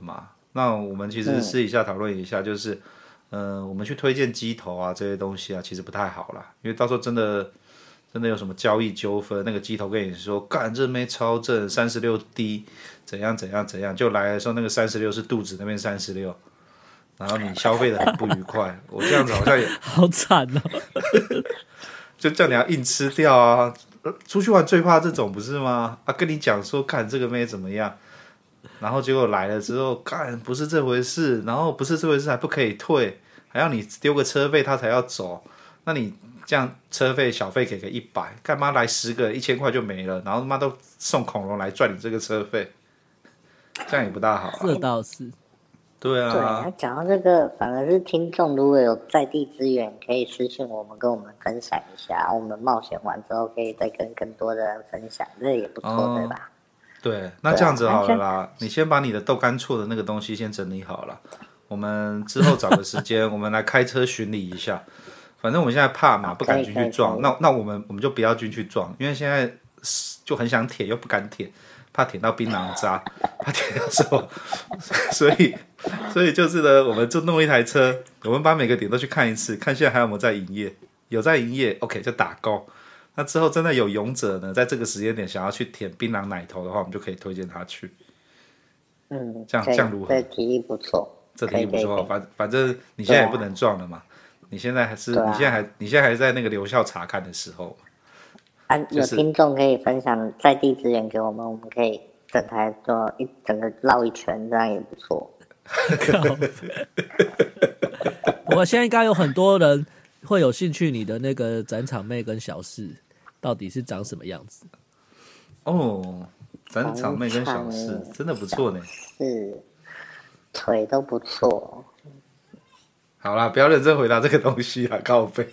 S2: 那我们其实私底下讨论一下，就是，嗯、呃，我们去推荐机头啊这些东西啊，其实不太好啦，因为到时候真的真的有什么交易纠纷，那个机头跟你说，干这妹超正，三十六 D， 怎样怎样怎样，就来的时候那个三十六是肚子那边三十六，然后你消费的很不愉快，我这样子好像也
S3: 好惨哦，
S2: 就叫你要硬吃掉啊！出去玩最怕这种不是吗？啊，跟你讲说看这个妹怎么样，然后结果来了之后，干不是这回事，然后不是这回事还不可以退，还要你丢个车费他才要走，那你这样车费小费给个一百，干嘛来十个一千块就没了，然后他妈都送恐龙来赚你这个车费，这样也不大好、啊。
S3: 这倒是。
S2: 对啊，
S4: 对啊，讲到这个，反而是听众如果有在地资源，可以私信我们，跟我们分享一下。我们冒险完之后，可以再跟更多的人分享，这也不错，哦、对吧？
S2: 对，那这样子好了啦，你先把你的豆干错的那个东西先整理好了，我们之后找个时间，我们来开车巡礼一下。反正我们现在怕嘛，不敢进去撞，那那我们我们就不要进去撞，因为现在就很想舔又不敢舔。怕舔到槟榔渣，怕舔到什么，所以所以就是呢，我们就弄一台车，我们把每个点都去看一次，看现在还有没有在营业，有在营业 ，OK 就打勾。那之后真的有勇者呢，在这个时间点想要去舔槟榔奶头的话，我们就可以推荐他去。
S4: 嗯，
S2: 这样这样如何？
S4: 这提议不错，
S2: 这提议不错，反反正你现在也不能撞了嘛，你现在还是、啊、你现在还你现在还在那个留校查看的时候。
S4: 啊，有听众可以分享在地资源给我们，我们可以整台做一整个绕一圈，这样也不错。
S3: 不过现在应该有很多人会有兴趣，你的那个展场妹跟小四到底是长什么样子？
S2: 哦，展场妹跟小四真的不错呢，
S4: 是腿都不错。
S2: 好啦，不要认真回答这个东西啦，靠背。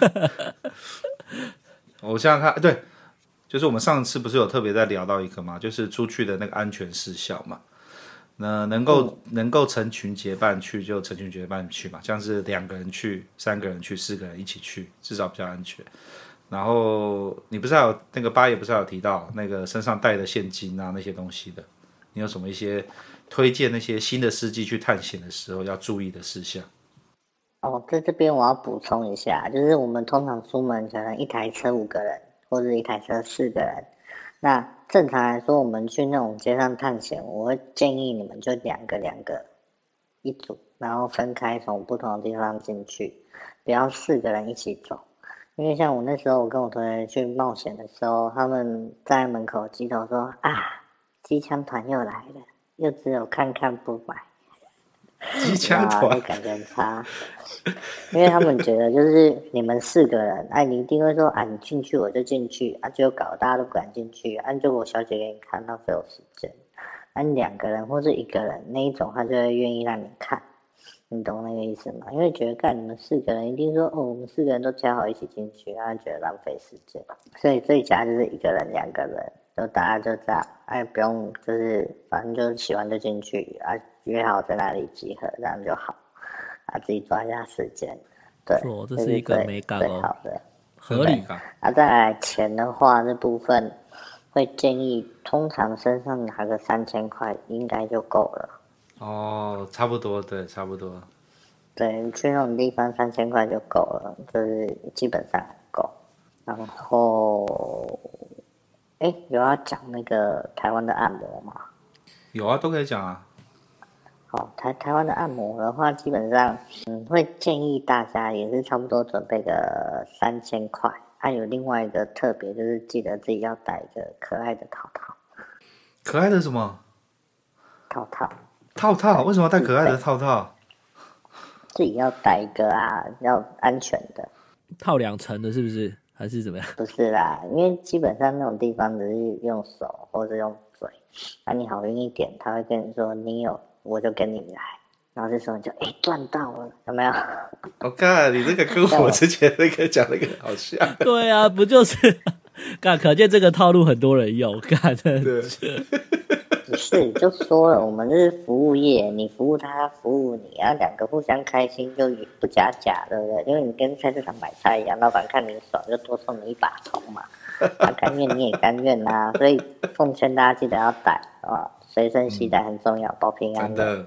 S2: 我想想看，对，就是我们上次不是有特别在聊到一个嘛，就是出去的那个安全事项嘛。那能够、嗯、能够成群结伴去就成群结伴去嘛，像是两个人去、三个人去、四个人一起去，至少比较安全。然后你不是还有那个八爷不是还有提到那个身上带的现金啊那些东西的，你有什么一些推荐那些新的司机去探险的时候要注意的事项？
S4: 哦，在这边我要补充一下，就是我们通常出门可能一台车五个人，或者一台车四个人。那正常来说，我们去那种街上探险，我会建议你们就两个两个一组，然后分开从不同的地方进去，不要四个人一起走。因为像我那时候，我跟我同学去冒险的时候，他们在门口机头说啊，机枪团又来了，又只有看看不买。
S2: 机枪团
S4: 就感觉很差，因为他们觉得就是你们四个人，哎、啊，你一定会说啊，你进去我就进去，啊，结果搞得大家都不敢进去，按、啊、就我小姐给你看，浪费我时间。啊，你两个人或者一个人那一种，他就会愿意让你看，你懂那个意思吗？因为觉得干你们四个人一定说哦，我们四个人都加好一起进去，然后觉得浪费时间，所以最佳就是一个人、两个人，就大家就这样，哎，不用就是反正就喜欢就进去啊。约好在哪里集合，这样就好，啊，自己抓一下时间，对，
S3: 错，这是一个美感哦，
S4: 最好的，
S3: 合理。
S4: 啊，再来钱的话，这部分会建议，通常身上拿个三千块应该就够了。
S2: 哦，差不多，对，差不多。
S4: 对，去那种地方三千块就够了，就是基本上够。然后，哎，有要讲那个台湾的按摩吗？
S2: 有啊，都可以讲啊。
S4: 好，台台湾的按摩的话，基本上，嗯，会建议大家也是差不多准备个三千块。还、啊、有另外一个特别，就是记得自己要带一个可爱的套套。
S2: 可爱的什么？
S4: 套套。
S2: 套套？为什么要带可爱的套套？
S4: 自己要带一个啊，要安全的。
S3: 套两层的，是不是？还是怎么样？
S4: 不是啦，因为基本上那种地方只是用手或者用嘴，那、啊、你好运一点，他会跟你说你有。我就跟你来，然后这时候你就哎赚到了，有没有？
S2: 我看你这个跟我之前那个讲那个好像。
S3: 对啊，不就是？干，可见这个套路很多人用，干的。
S2: 对。
S4: 不是，就说了，我们是服务业，你服务他，他服务你，啊，两个互相开心就不加价，对不对？因为你跟菜市场买菜一样，老板看你爽就多送你一把葱嘛，他甘愿你也甘愿呐、啊，所以奉劝大家记得要带啊。随身携带很重要，保平安
S2: 的。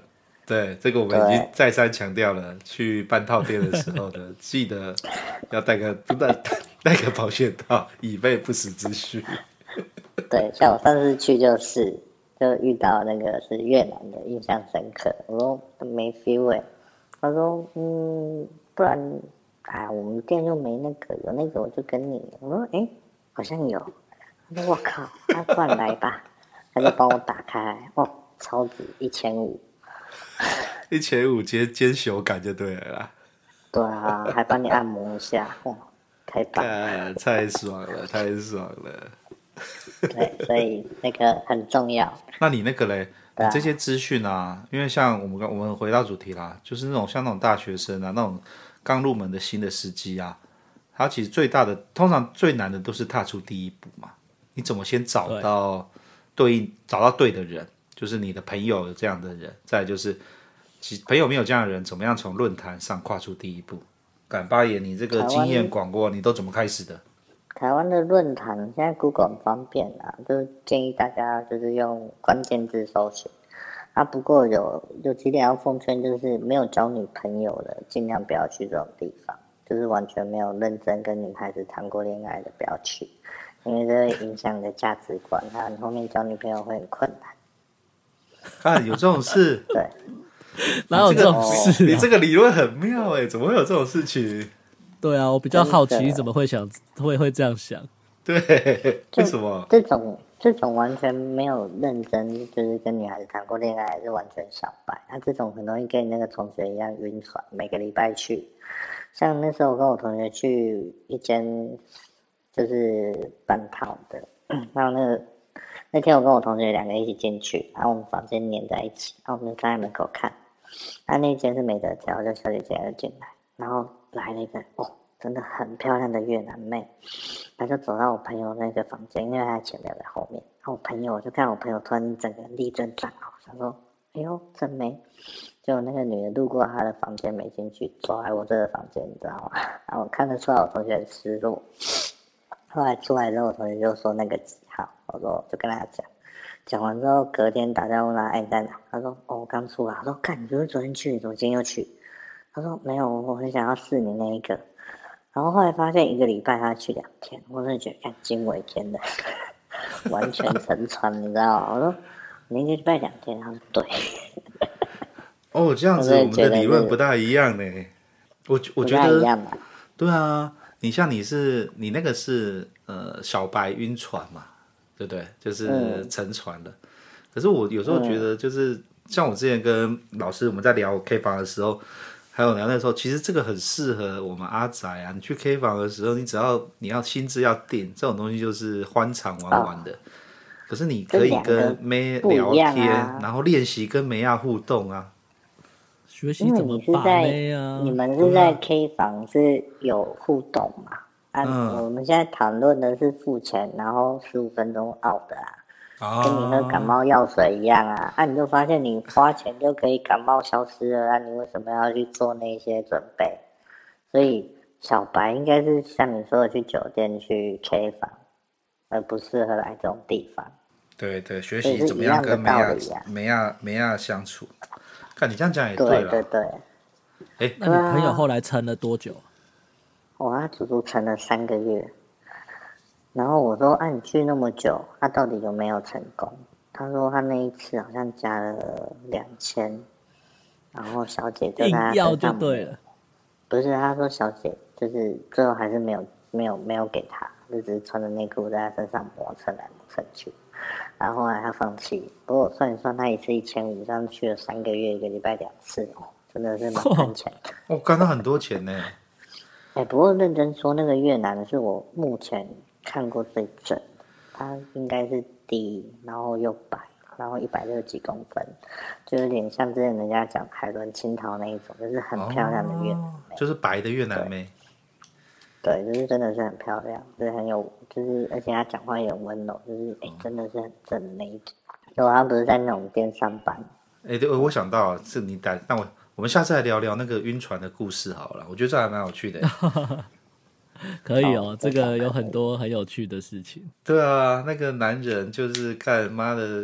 S2: 对，这个我们已经再三强调了，去半套店的时候呢，记得要带个带带个保险套，以备不时之需。
S4: 对，像我上次去就是就遇到那个是越南的，印象深刻。我说没 feel 哎、欸，他说嗯，不然啊，我们店就没那个，有那个我就跟你。我说哎、欸，好像有。他说我靠，那不然来吧。他就帮我打开来，哦，超值一千五。
S2: 一千五兼兼手感就对了啦。
S4: 对啊，还帮你按摩一下，哇，太棒
S2: 了，太爽了，太爽了。
S4: 对，所以那个很重要。
S2: 那你那个嘞？
S4: 啊、
S2: 你这些资讯啊，因为像我们刚我们回到主题啦，就是那种像那种大学生啊，那种刚入门的新的司机啊，他其实最大的，通常最难的都是踏出第一步嘛。你怎么先找到对应，找到对的人？就是你的朋友有这样的人，再来就是朋友没有这样的人，怎么样从论坛上跨出第一步？敢八爷，你这个经验广过，你都怎么开始的？
S4: 台湾的论坛现在 Google 很方便啊，就建议大家就是用关键字搜寻。啊，不过有有几点要奉劝，就是没有交女朋友的，尽量不要去这种地方，就是完全没有认真跟女孩子谈过恋爱的，不要去，因为这会影响你的价值观啊，你后面交女朋友会很困难。
S2: 看有这种事？
S4: 对，
S3: 哪有这种事、啊？
S2: 你这个理论很妙哎、欸，怎么会有这种事情？
S3: 对啊，我比较好奇你怎么会想会会这样想？
S2: 对，为什么？
S4: 这种这种完全没有认真，就是跟女孩子谈过恋爱，还是完全小白。他、啊、这种很容易跟你那个同学一样晕船，每个礼拜去。像那时候我跟我同学去一间就是半套的，然后那个那天我跟我同学两个一起进去，然后我们房间黏在一起，然后我们站在门口看。那那间是没得挑，就小姐姐就进来，然后来了一个哦，真的很漂亮的越南妹，她就走到我朋友那个房间，因为她前面在后面，然后我朋友我就看我朋友突然整个立正站好，想说哎呦真美，结果那个女的路过她的房间没进去，走来我这个房间，你知道吗？然后我看得出来我同学很失落。后来出来之后，我同学就说那个几号，我说就跟他讲，讲完之后隔天打电话问他哎在哪，他说哦我刚出来，他说干你不是昨天去，你怎么今天又去？他说没有，我很想要试你那一个。然后后来发现一个礼拜他去两天，我真的觉得干惊为天人，完全沉船，你知道吗？我说你一个礼拜两天，他说对。
S2: 哦，这样子我们的理论不大一样呢。我我觉得，对啊，你像你是你那个是呃小白晕船嘛，对不对？就是沉船了。嗯、可是我有时候觉得，就是、嗯、像我之前跟老师我们在聊 K 房的时候，还有聊那时候，其实这个很适合我们阿宅啊。你去 K 房的时候，你只要你要心智要定，这种东西就是欢场玩玩的。哦、可是你可以跟妹聊天，啊、然后练习跟妹亚互动啊。
S3: 学习怎么把妹啊？
S4: 你们是在 K 房是有互动嘛？啊，嗯、我们现在谈论的是付钱，然后十五分钟 out 的啊，跟你喝感冒药水一样啊。啊，你就发现你花钱就可以感冒消失了，啊，你为什么要去做那些准备？所以小白应该是像你说的去酒店去 K 房，而不适合来这种地方。
S2: 对对，学习怎么样跟梅亚梅亚梅亚相处。看你这样讲也对了，
S4: 对对对。
S2: 哎，
S3: 那你朋友后来撑了多久？
S4: 我他足足撑了三个月。然后我说：“啊，你去那么久，他到底有没有成功？”他说他那一次好像加了两千，然后小姐就在他身上
S3: 硬要就对了。
S4: 不是，他说小姐就是最后还是没有没有没有给他，就只是穿着内裤在他身上磨蹭来磨蹭去。然后后来他放弃，不过我算一算，他一次一千五，这样去了三个月，一个礼拜两次哦，真的是蛮赚钱的。
S2: 哦，干到很多钱呢。
S4: 哎，不过认真说，那个越南是我目前看过最正的，他应该是低，然后又白，然后一百六十几公分，就有点像之前人家讲海伦青桃那一种，就是很漂亮的越南妹，
S2: 哦、就是白的越南妹。
S4: 对，就是真的是很漂亮，就是很有，就是而且他讲话也很温柔，就是哎，真的是很正的那一种。就他不是在那种店上班。
S2: 哎，对，我想到是你带，那我我们下次来聊聊那个晕船的故事好了，我觉得这还蛮有趣的。
S3: 可以哦，这个有很多很有趣的事情。
S2: 对啊，那个男人就是看妈的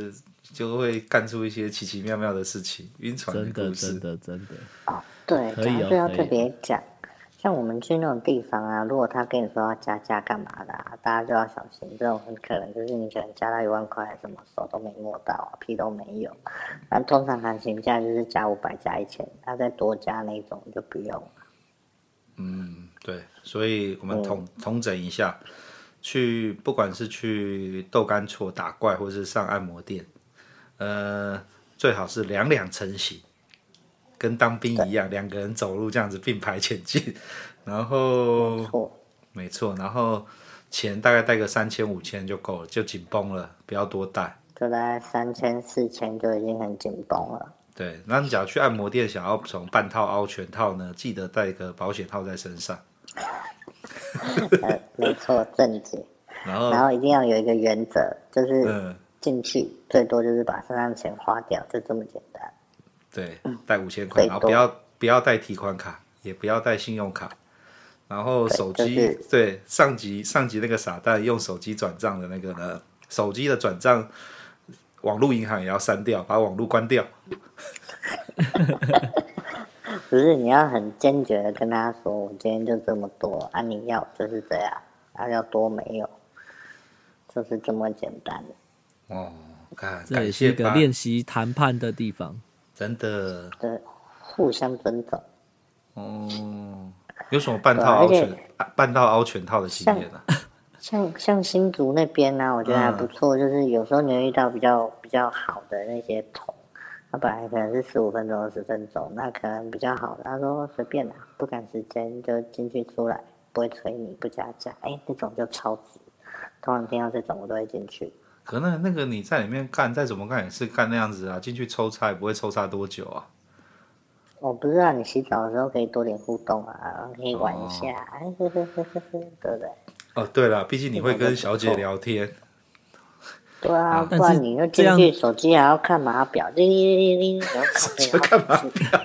S2: 就会干出一些奇奇妙妙的事情，晕船
S3: 真的
S2: 故事。
S3: 真的真的。
S4: 哦，对，
S3: 可以哦
S4: 讲到这要
S3: 可以
S4: 特别讲，像我们去那种地方啊，如果他跟你说要加价干嘛的、啊，大家就要小心，这种很可能就是你可能加到一万块，什么手都没摸到啊，屁都没有。但通常行情价就是加五百加一千，他再多加那种就不用了。
S2: 嗯，对，所以我们统统整一下，去不管是去豆干厝打怪，或是上按摩店，呃，最好是两两成行，跟当兵一样，两个人走路这样子并排前进，然后
S4: 没错，
S2: 没错，然后钱大概带个三千五千就够了，就紧绷了，不要多带。
S4: 就大概三千四千就已经很紧绷了。
S2: 对，那你假如去按摩店想要从半套凹全套呢，记得带个保险套在身上。
S4: 呃，没错，正解。
S2: 然后
S4: 然后一定要有一个原则，就是
S2: 嗯，
S4: 进去最多就是把身上钱花掉，就这么简单。
S2: 对，带五千块，然后不要不要带提款卡，也不要带信用卡。然后手机，
S4: 对就是
S2: 对，上级上级那个傻蛋用手机转账的那个呢，手机的转账，网络银行也要删掉，把网络关掉。
S4: 不是，你要很坚决的跟他说，我今天就这么多啊，你要就是这样，啊要多没有，就是这么简单。
S2: 哦，看，
S3: 这也是
S2: 感谢吧，
S3: 一个练习谈判的地方。
S2: 真的，
S4: 对，互相尊重。
S2: 哦，有什么半套凹
S4: 对而且
S2: 全啊半套凹全套的经验啊？
S4: 像像新竹那边呢、我觉得还不错，就是有时候你会遇到比较比较好的那些桶，他本来可能是十五分钟、二十分钟，那可能比较好的，他说随便啦，不赶时间就进去出来，不会催你，不加价，哎，那种就超值。通常听到这种我都会进去。
S2: 可能那个你在里面干，再怎么干也是干那样子啊，进去抽插也不会抽插多久啊。
S4: 我不知道你洗澡的时候可以多点互动啊，可以玩一下，哎、呵呵呵呵呵，对不对？
S2: 哦，对了，毕竟你会跟小姐聊天，
S4: 对啊，不
S3: 但是
S4: 然你就
S3: 这样
S4: 进去，手机还要看码表，叮叮叮叮，然后卡
S2: 就干嘛？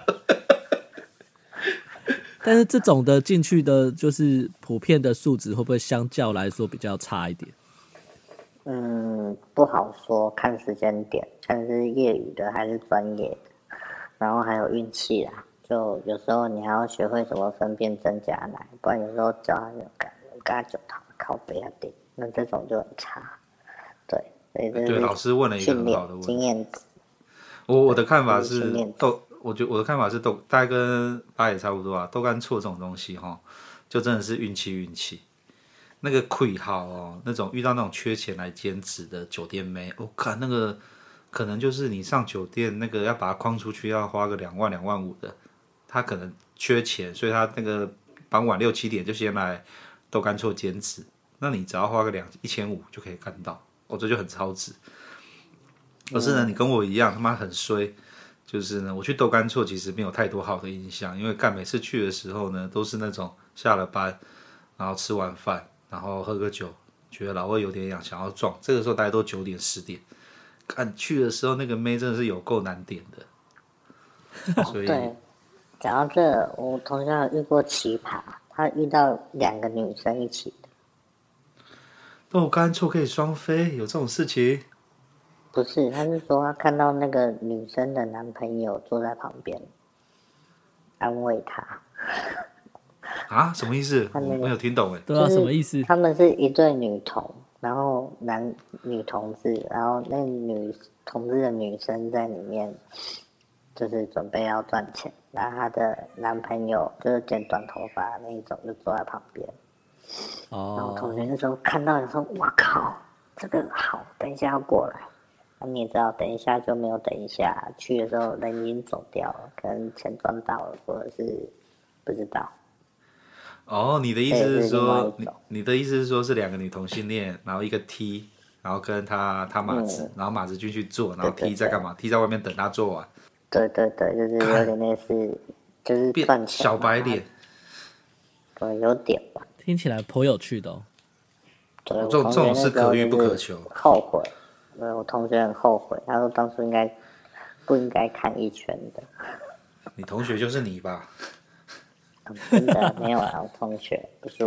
S3: 但是这种的进去的，就是普遍的素质会不会相较来说比较差一点？
S4: 嗯，不好说，看时间点，看是业余的还是专业的，然后还有运气啦。就有时候你还要学会怎么分辨真假奶，不然有时候叫他就干，跟他酒堂靠背啊顶，那这种就很差。对，所以这
S2: 对，老师问了一个很
S4: 训练
S2: 好的问题。
S4: 经验值。
S2: 我我的看法
S4: 对
S2: 是
S4: 训练
S2: 豆，我觉得我的看法是豆，大概跟八也差不多啊。豆干错这种东西哈，就真的是运气运气。那个亏好哦，那种遇到那种缺钱来兼职的酒店妹，我、看那个可能就是你上酒店那个要把它框出去，要花个两万两万五的，他可能缺钱，所以他那个傍晚六七点就先来豆干错兼职，那你只要花个两一千五就可以干到，我、哦、这就很超值。可是呢，你跟我一样他妈很衰，就是呢，我去豆干错其实没有太多好的印象，因为干每次去的时候呢，都是那种下了班，然后吃完饭，然后喝个酒，觉得老胃有点痒，想要撞，这个时候大概都九点十点。干去的时候那个妹真的是有够难点的，所以
S4: 对，讲到这，我同学有遇过奇葩，他遇到两个女生一起的，
S2: 豆干错可以双飞，有这种事情？
S4: 不是，他是说他看到那个女生的男朋友坐在旁边，安慰她。
S2: 啊？什么意思？
S4: 他那个
S2: 我没有听懂哎。
S3: 对啊，
S4: 就是
S3: 什么意思？
S4: 他们是一对女同，然后男女同志，然后那女同志的女生在里面，就是准备要赚钱，然后她的男朋友就是剪短头发那一种，就坐在旁边。然后同
S3: 哦，
S4: 学那时候看到，说：“哇靠，这个好，等一下要过来。”那你也知道，等一下就没有等一下，去的时候人已经走掉了，可能钱赚到了，或者是不知道。
S2: 哦，你的意思是
S4: 对是另外
S2: 说，你
S4: 一种
S2: 你的意思是说是两个女同性恋，然后一个 T，然后跟他他马子，然后马子进去做，然后
S4: 嗯对对
S2: T 在干嘛？T 在外面等他做完，
S4: 对对对，就是有点类似，就是
S2: 变
S4: 赚钱嘛
S2: 小白脸。，
S4: 对，有点吧。
S3: 听起来颇有趣的哦。
S4: 对，
S2: 这种
S4: 我同学
S2: 这种事
S4: 那时候
S2: 可遇不
S4: 就是
S2: 可求
S4: 后悔，对，我同学很后悔，他说当初应该不应该看一圈的。
S2: 你同学就是你吧？
S4: 嗯真的没有啊，我同学不是我。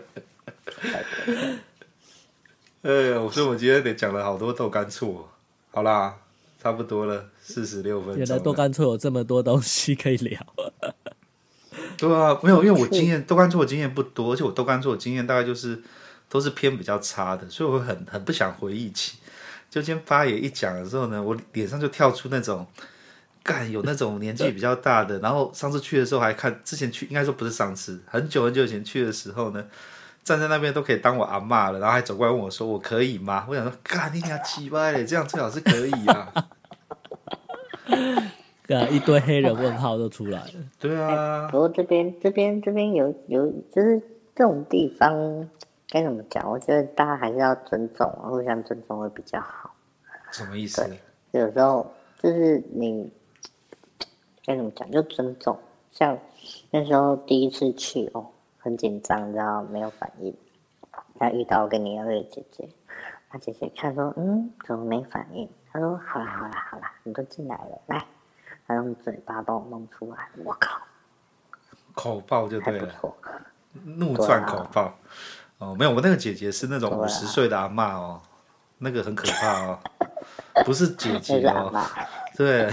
S2: 哎呀，所以我今天得讲了好多豆干醋哦。 好啦，差不多了，四十六分钟了。
S3: 原来豆干错有这么多东西可以聊。
S2: 对啊，没有，因为我经验豆干错的经验不多，而且我豆干错的经验大概就是都是偏比较差的，所以我会很很不想回忆起。就今天八爷一讲的时候呢，我脸上就跳出那种，干有那种年纪比较大的，然后上次去的时候还看，之前去应该说不是上次，很久很久以前去的时候呢，站在那边都可以当我阿嬷了，然后还走过来问我说我可以吗？我想说，干你娘鸡掰嘞，这样最好是可以啊。
S3: 对啊，一堆黑人问号都出来了。
S2: 对啊，
S4: 不过这边这边这边有有就是这种地方该怎么讲？我觉得大家还是要尊重，互相尊重会比较好。
S2: 什么意思？
S4: 有时候就是你该怎么讲，就尊重。像那时候第一次去哦，很紧张，然后没有反应。他遇到跟你那个姐姐，他姐姐看说，嗯，怎么没反应？他说，好啦好啦好啦，你都进来了，来，他用嘴巴帮我弄出来，我靠，
S2: 口爆就对了，
S4: 还不错，
S2: 怒窜口爆。啊、哦，没有，我那个姐姐是那种五十岁的阿嬷哦，那个很可怕哦，不是姐姐哦，对。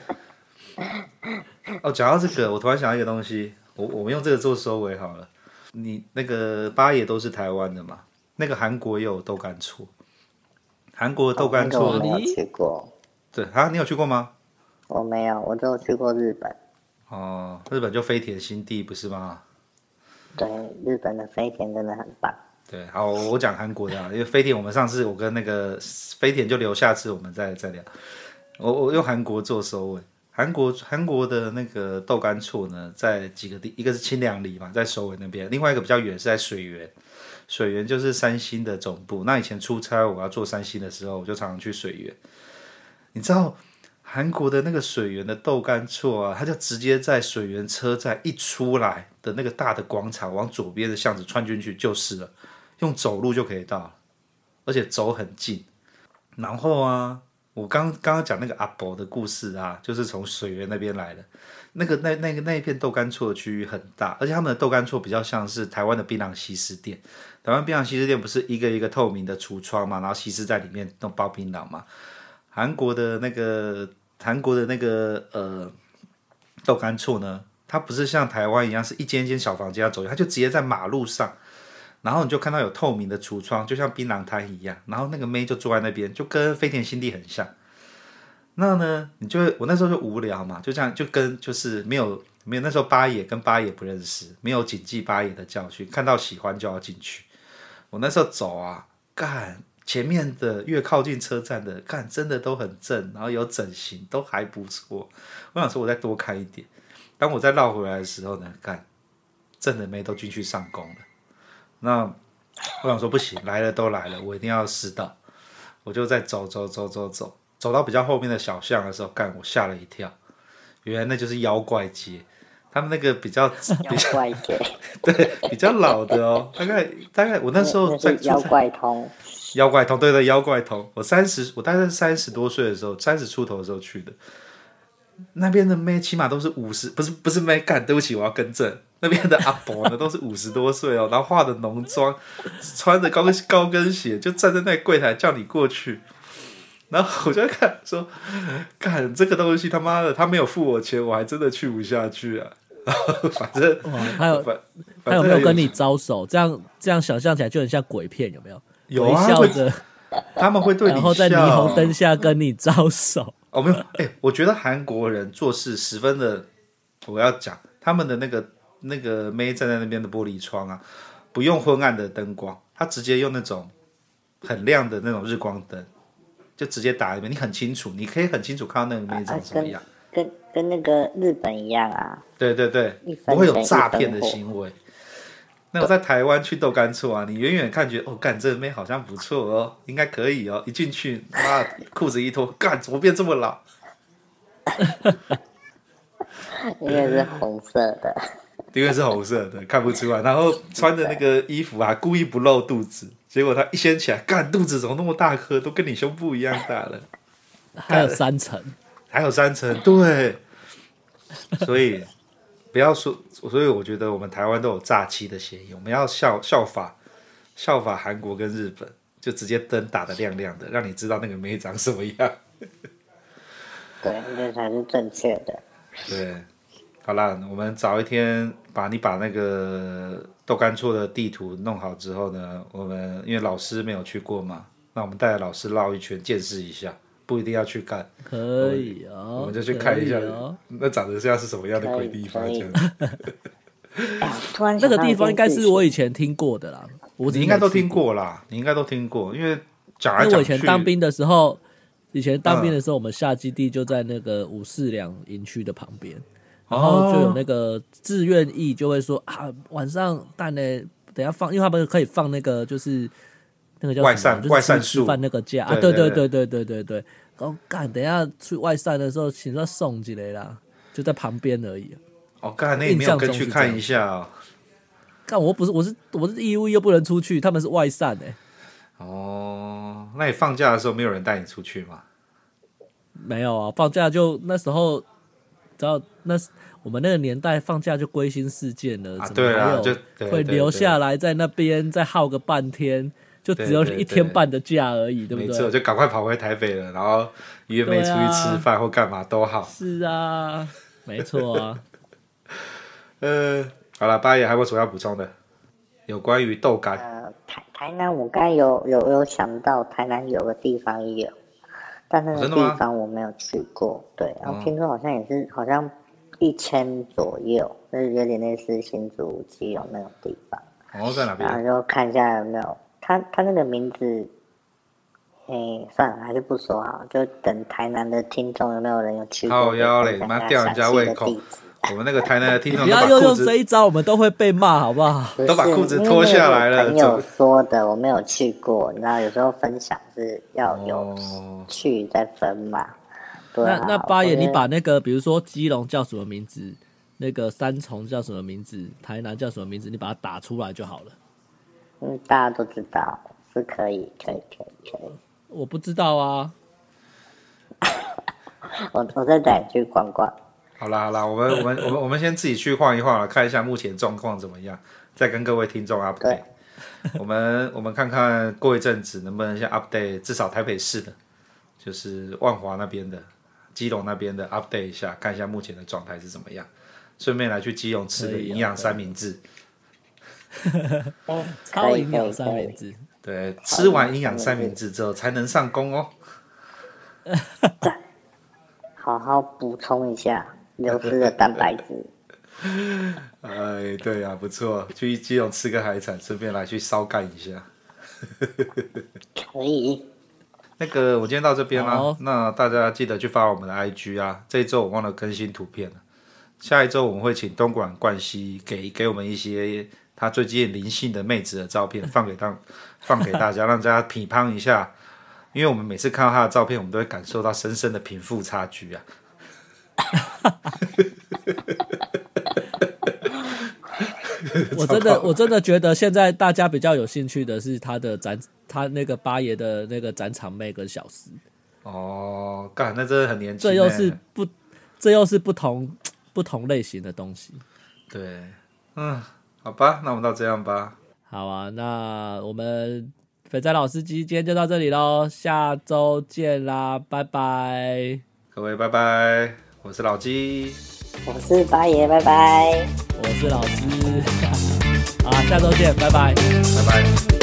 S2: 哦，讲到这个，我突然想到一个东西，我我们用这个做收尾好了。你那个八爷都是台湾的嘛？那个韩国也有豆干错，韩国的豆干错、
S4: 哦那个、我没有去过。
S2: 对啊，你有去过吗？
S4: 我没有，我只有去过日本。
S2: 哦，日本就飞田新地不是吗？
S4: 对，日本的飞田真的很棒。
S2: 对，好，我讲韩国的啊，因为飞田我们上次我跟那个飞田就留下次我们再再聊。我我用韩国做收尾。韩国韩国的那个豆干错呢，在几个地，一个是清凉里嘛，在首尔那边，另外一个比较远是在水源，水源就是三星的总部。那以前出差我要做三星的时候，我就常常去水源。你知道韩国的那个水源的豆干错啊，它就直接在水源车站一出来的那个大的广场，往左边的巷子穿进去就是了，用走路就可以到了，而且走很近。然后啊。我刚刚刚讲那个阿伯的故事啊，就是从水源那边来的。那个那那个那一片豆干错的区域很大，而且他们的豆干错比较像是台湾的槟榔西施店。台湾槟榔西施店不是一个一个透明的橱窗嘛，然后西施在里面弄包槟榔嘛。韩国的那个韩国的那个呃豆干错呢，它不是像台湾一样是一间一间小房间要走，它就直接在马路上。然后你就看到有透明的橱窗，就像槟榔摊一样，然后那个妹就坐在那边，就跟飞田新地很像。那呢，你就我那时候就无聊嘛，就这样就跟就是没有没有那时候八爷跟八爷不认识，没有谨记八爷的教训，看到喜欢就要进去。我那时候走啊，干前面的越靠近车站的，干真的都很正，然后有整形，都还不错。我想说我再多看一点，当我再绕回来的时候呢，干正的妹都进去上工了。那我想说不行，来了都来了，我一定要试到。我就再走走走走走，走到比较后面的小巷的时候，干我吓了一跳，原来那就是妖怪街。他们那个比较比较
S4: 妖怪街，
S2: 对，比较老的哦，大概大概我那时候在
S4: 妖怪通，
S2: 妖怪通，对对，妖怪通。我三十，我大概三十多岁的时候，三十出头的时候去的。那边的妹起码都是五十，不是不是妹，干，对不起，我要更正。那边的阿伯呢，都是五十多岁哦，然后化的浓妆，穿着高跟高跟鞋，就站在那柜台叫你过去。然后我就在看说，干这个东西他妈的，他没有付我钱，我还真的去不下去啊。然后反正
S3: 哇，他有他有没有跟你招手？这样这样想象起来就很像鬼片，有没有？
S2: 有啊，
S3: 微笑着，
S2: 他们会对你笑，
S3: 然后在霓虹灯下跟你招手。
S2: 哦，没有，哎、欸，我觉得韩国人做事十分的，我要讲他们的那个那个妹站在那边的玻璃窗啊，不用昏暗的灯光，他直接用那种很亮的那种日光灯，就直接打在那边，你很清楚，你可以很清楚看到那个妹长什么样，
S4: 啊、跟跟跟那个日本一样啊。
S2: 对对对，不会有诈骗的行为。那我在台湾去豆干处啊，你远远看觉得哦，干这个妹好像不错哦，应该可以哦，一进去，妈裤子一脱，干怎么变这么老？
S4: 因为是红色的，
S2: 因为是红色的，看不出来。然后穿的那个衣服啊，故意不露肚子，结果他一掀起来，干肚子怎么那么大颗，都跟你胸部一样大了，
S3: 还有三层，
S2: 还有三层，对，所以。不要说，所以我觉得我们台湾都有诈欺的嫌疑，我们要效效法效法韩国跟日本， 就直接灯打得亮亮的，让你知道那个妹长什么样。
S4: 对，这才是正确的。
S2: 对，好啦，我们早一天把你把那个豆干厝的地图弄好之后呢，我们因为老师没有去过嘛，那我们带着老师绕一圈见识一下，不一定要去看，
S3: 可以哦，
S2: 我们就去看一下，
S3: 哦、
S2: 那长得像是什么样的鬼地方这样子。
S4: 哎、突然
S3: 那个地方应该是我以前听过的啦，我
S2: 你应该都听过啦，你应该都听过，因为讲来讲去，
S3: 因为我以前当兵的时候。以前当兵的时候，我们下基地就在那个五四两营区的旁边，然后就有那个志愿役就会说啊，晚上蛋呢，等一下放，因为他们可以放那个就是那个叫
S2: 外散外散
S3: 吃饭那个假啊，对对对对对对对，然后干等一下去外散的时候，请他送进来啦，就在旁边而已。
S2: 哦，干，那你没有跟去看一下哦？
S3: 干，我不是我是我是义务又不能出去，他们是外散哎、欸。
S2: 哦，那你放假的时候没有人带你出去吗？
S3: 没有啊，放假就那时候，知道那我们那个年代放假就归心似箭了，
S2: 啊，
S3: 怎么还有会留下来在那边再耗个半天？就只有一天半的假而已，对不对？
S2: 没错，就赶快跑回台北了，然后约妹出去吃饭或干嘛都好。
S3: 是啊，没错啊。
S2: 呃，好了，八爷还有什么要补充的？有关于豆干。
S4: 呃，台台南我刚才有有有想到，台南有个地方有，但那个地方我没有去过。对，然后听说好像也是好像一千左右，就是有点类似新竹基隆那种地方。
S2: 哦，在哪边？
S4: 然后就看一下有没有他他那个名字。哎，算了，还是不说好，就等台南的听众有没有人有去过？
S2: 靠腰嘞，妈吊人家胃口。我们那个台南的听众
S3: 不要又用这一招，我们都会被骂，好不好？
S2: 都把裤子脱下来了。
S4: 朋友说的，我没有去过，你知道，有时候分享是要有去再分嘛。哦、对、啊。
S3: 那那八爷，你把那个，比如说基隆叫什么名字，那个三重叫什么名字，台南叫什么名字，你把它打出来就好了。
S4: 嗯，大家都知道，是可以，可以，可以，可以。
S3: 我不知道啊。
S4: 我我再带你去逛逛。
S2: 好啦好啦，我们我们我们我们先自己去晃一晃了，看一下目前状况怎么样，再跟各位听众 update。我们我们看看过一阵子能不能先 update， 至少台北市的，就是万华那边的、基隆那边的 update 一下，看一下目前的状态是怎么样。顺便来去基隆吃个营养三明治。
S3: 超营养三明治。
S2: 对，吃完营养三明治之后才能上工哦。
S4: 好好补充一下流失的蛋白质。
S2: 哎，对啊，不错，去基隆吃个海产，顺便来去烧干一下。
S4: 可以。
S2: 那个，我今天到这边啦、啊，那大家记得去发我们的 I G 啊。这一周我忘了更新图片了，下一周我们会请东莞冠希给给我们一些他最近灵性的妹子的照片，放给当放给大家，让大家批判一下。因为我们每次看到他的照片，我们都会感受到深深的贫富差距啊。
S3: 我真的我真的觉得现在大家比较有兴趣的是他的展，他那个八爷的那个展场妹跟小司。
S2: 哦，干，那真的很年轻、欸。
S3: 这又是不，这又是不同不同类型的东西。
S2: 对，嗯，好吧，那我们到这样吧。
S3: 好啊，那我们肥仔老司机今天就到这里咯，下周见啦，拜拜。
S2: 各位拜拜，我是老鸡，
S4: 我是八爷，拜拜，
S3: 我是老师，好，下周见，拜拜，
S2: 拜拜。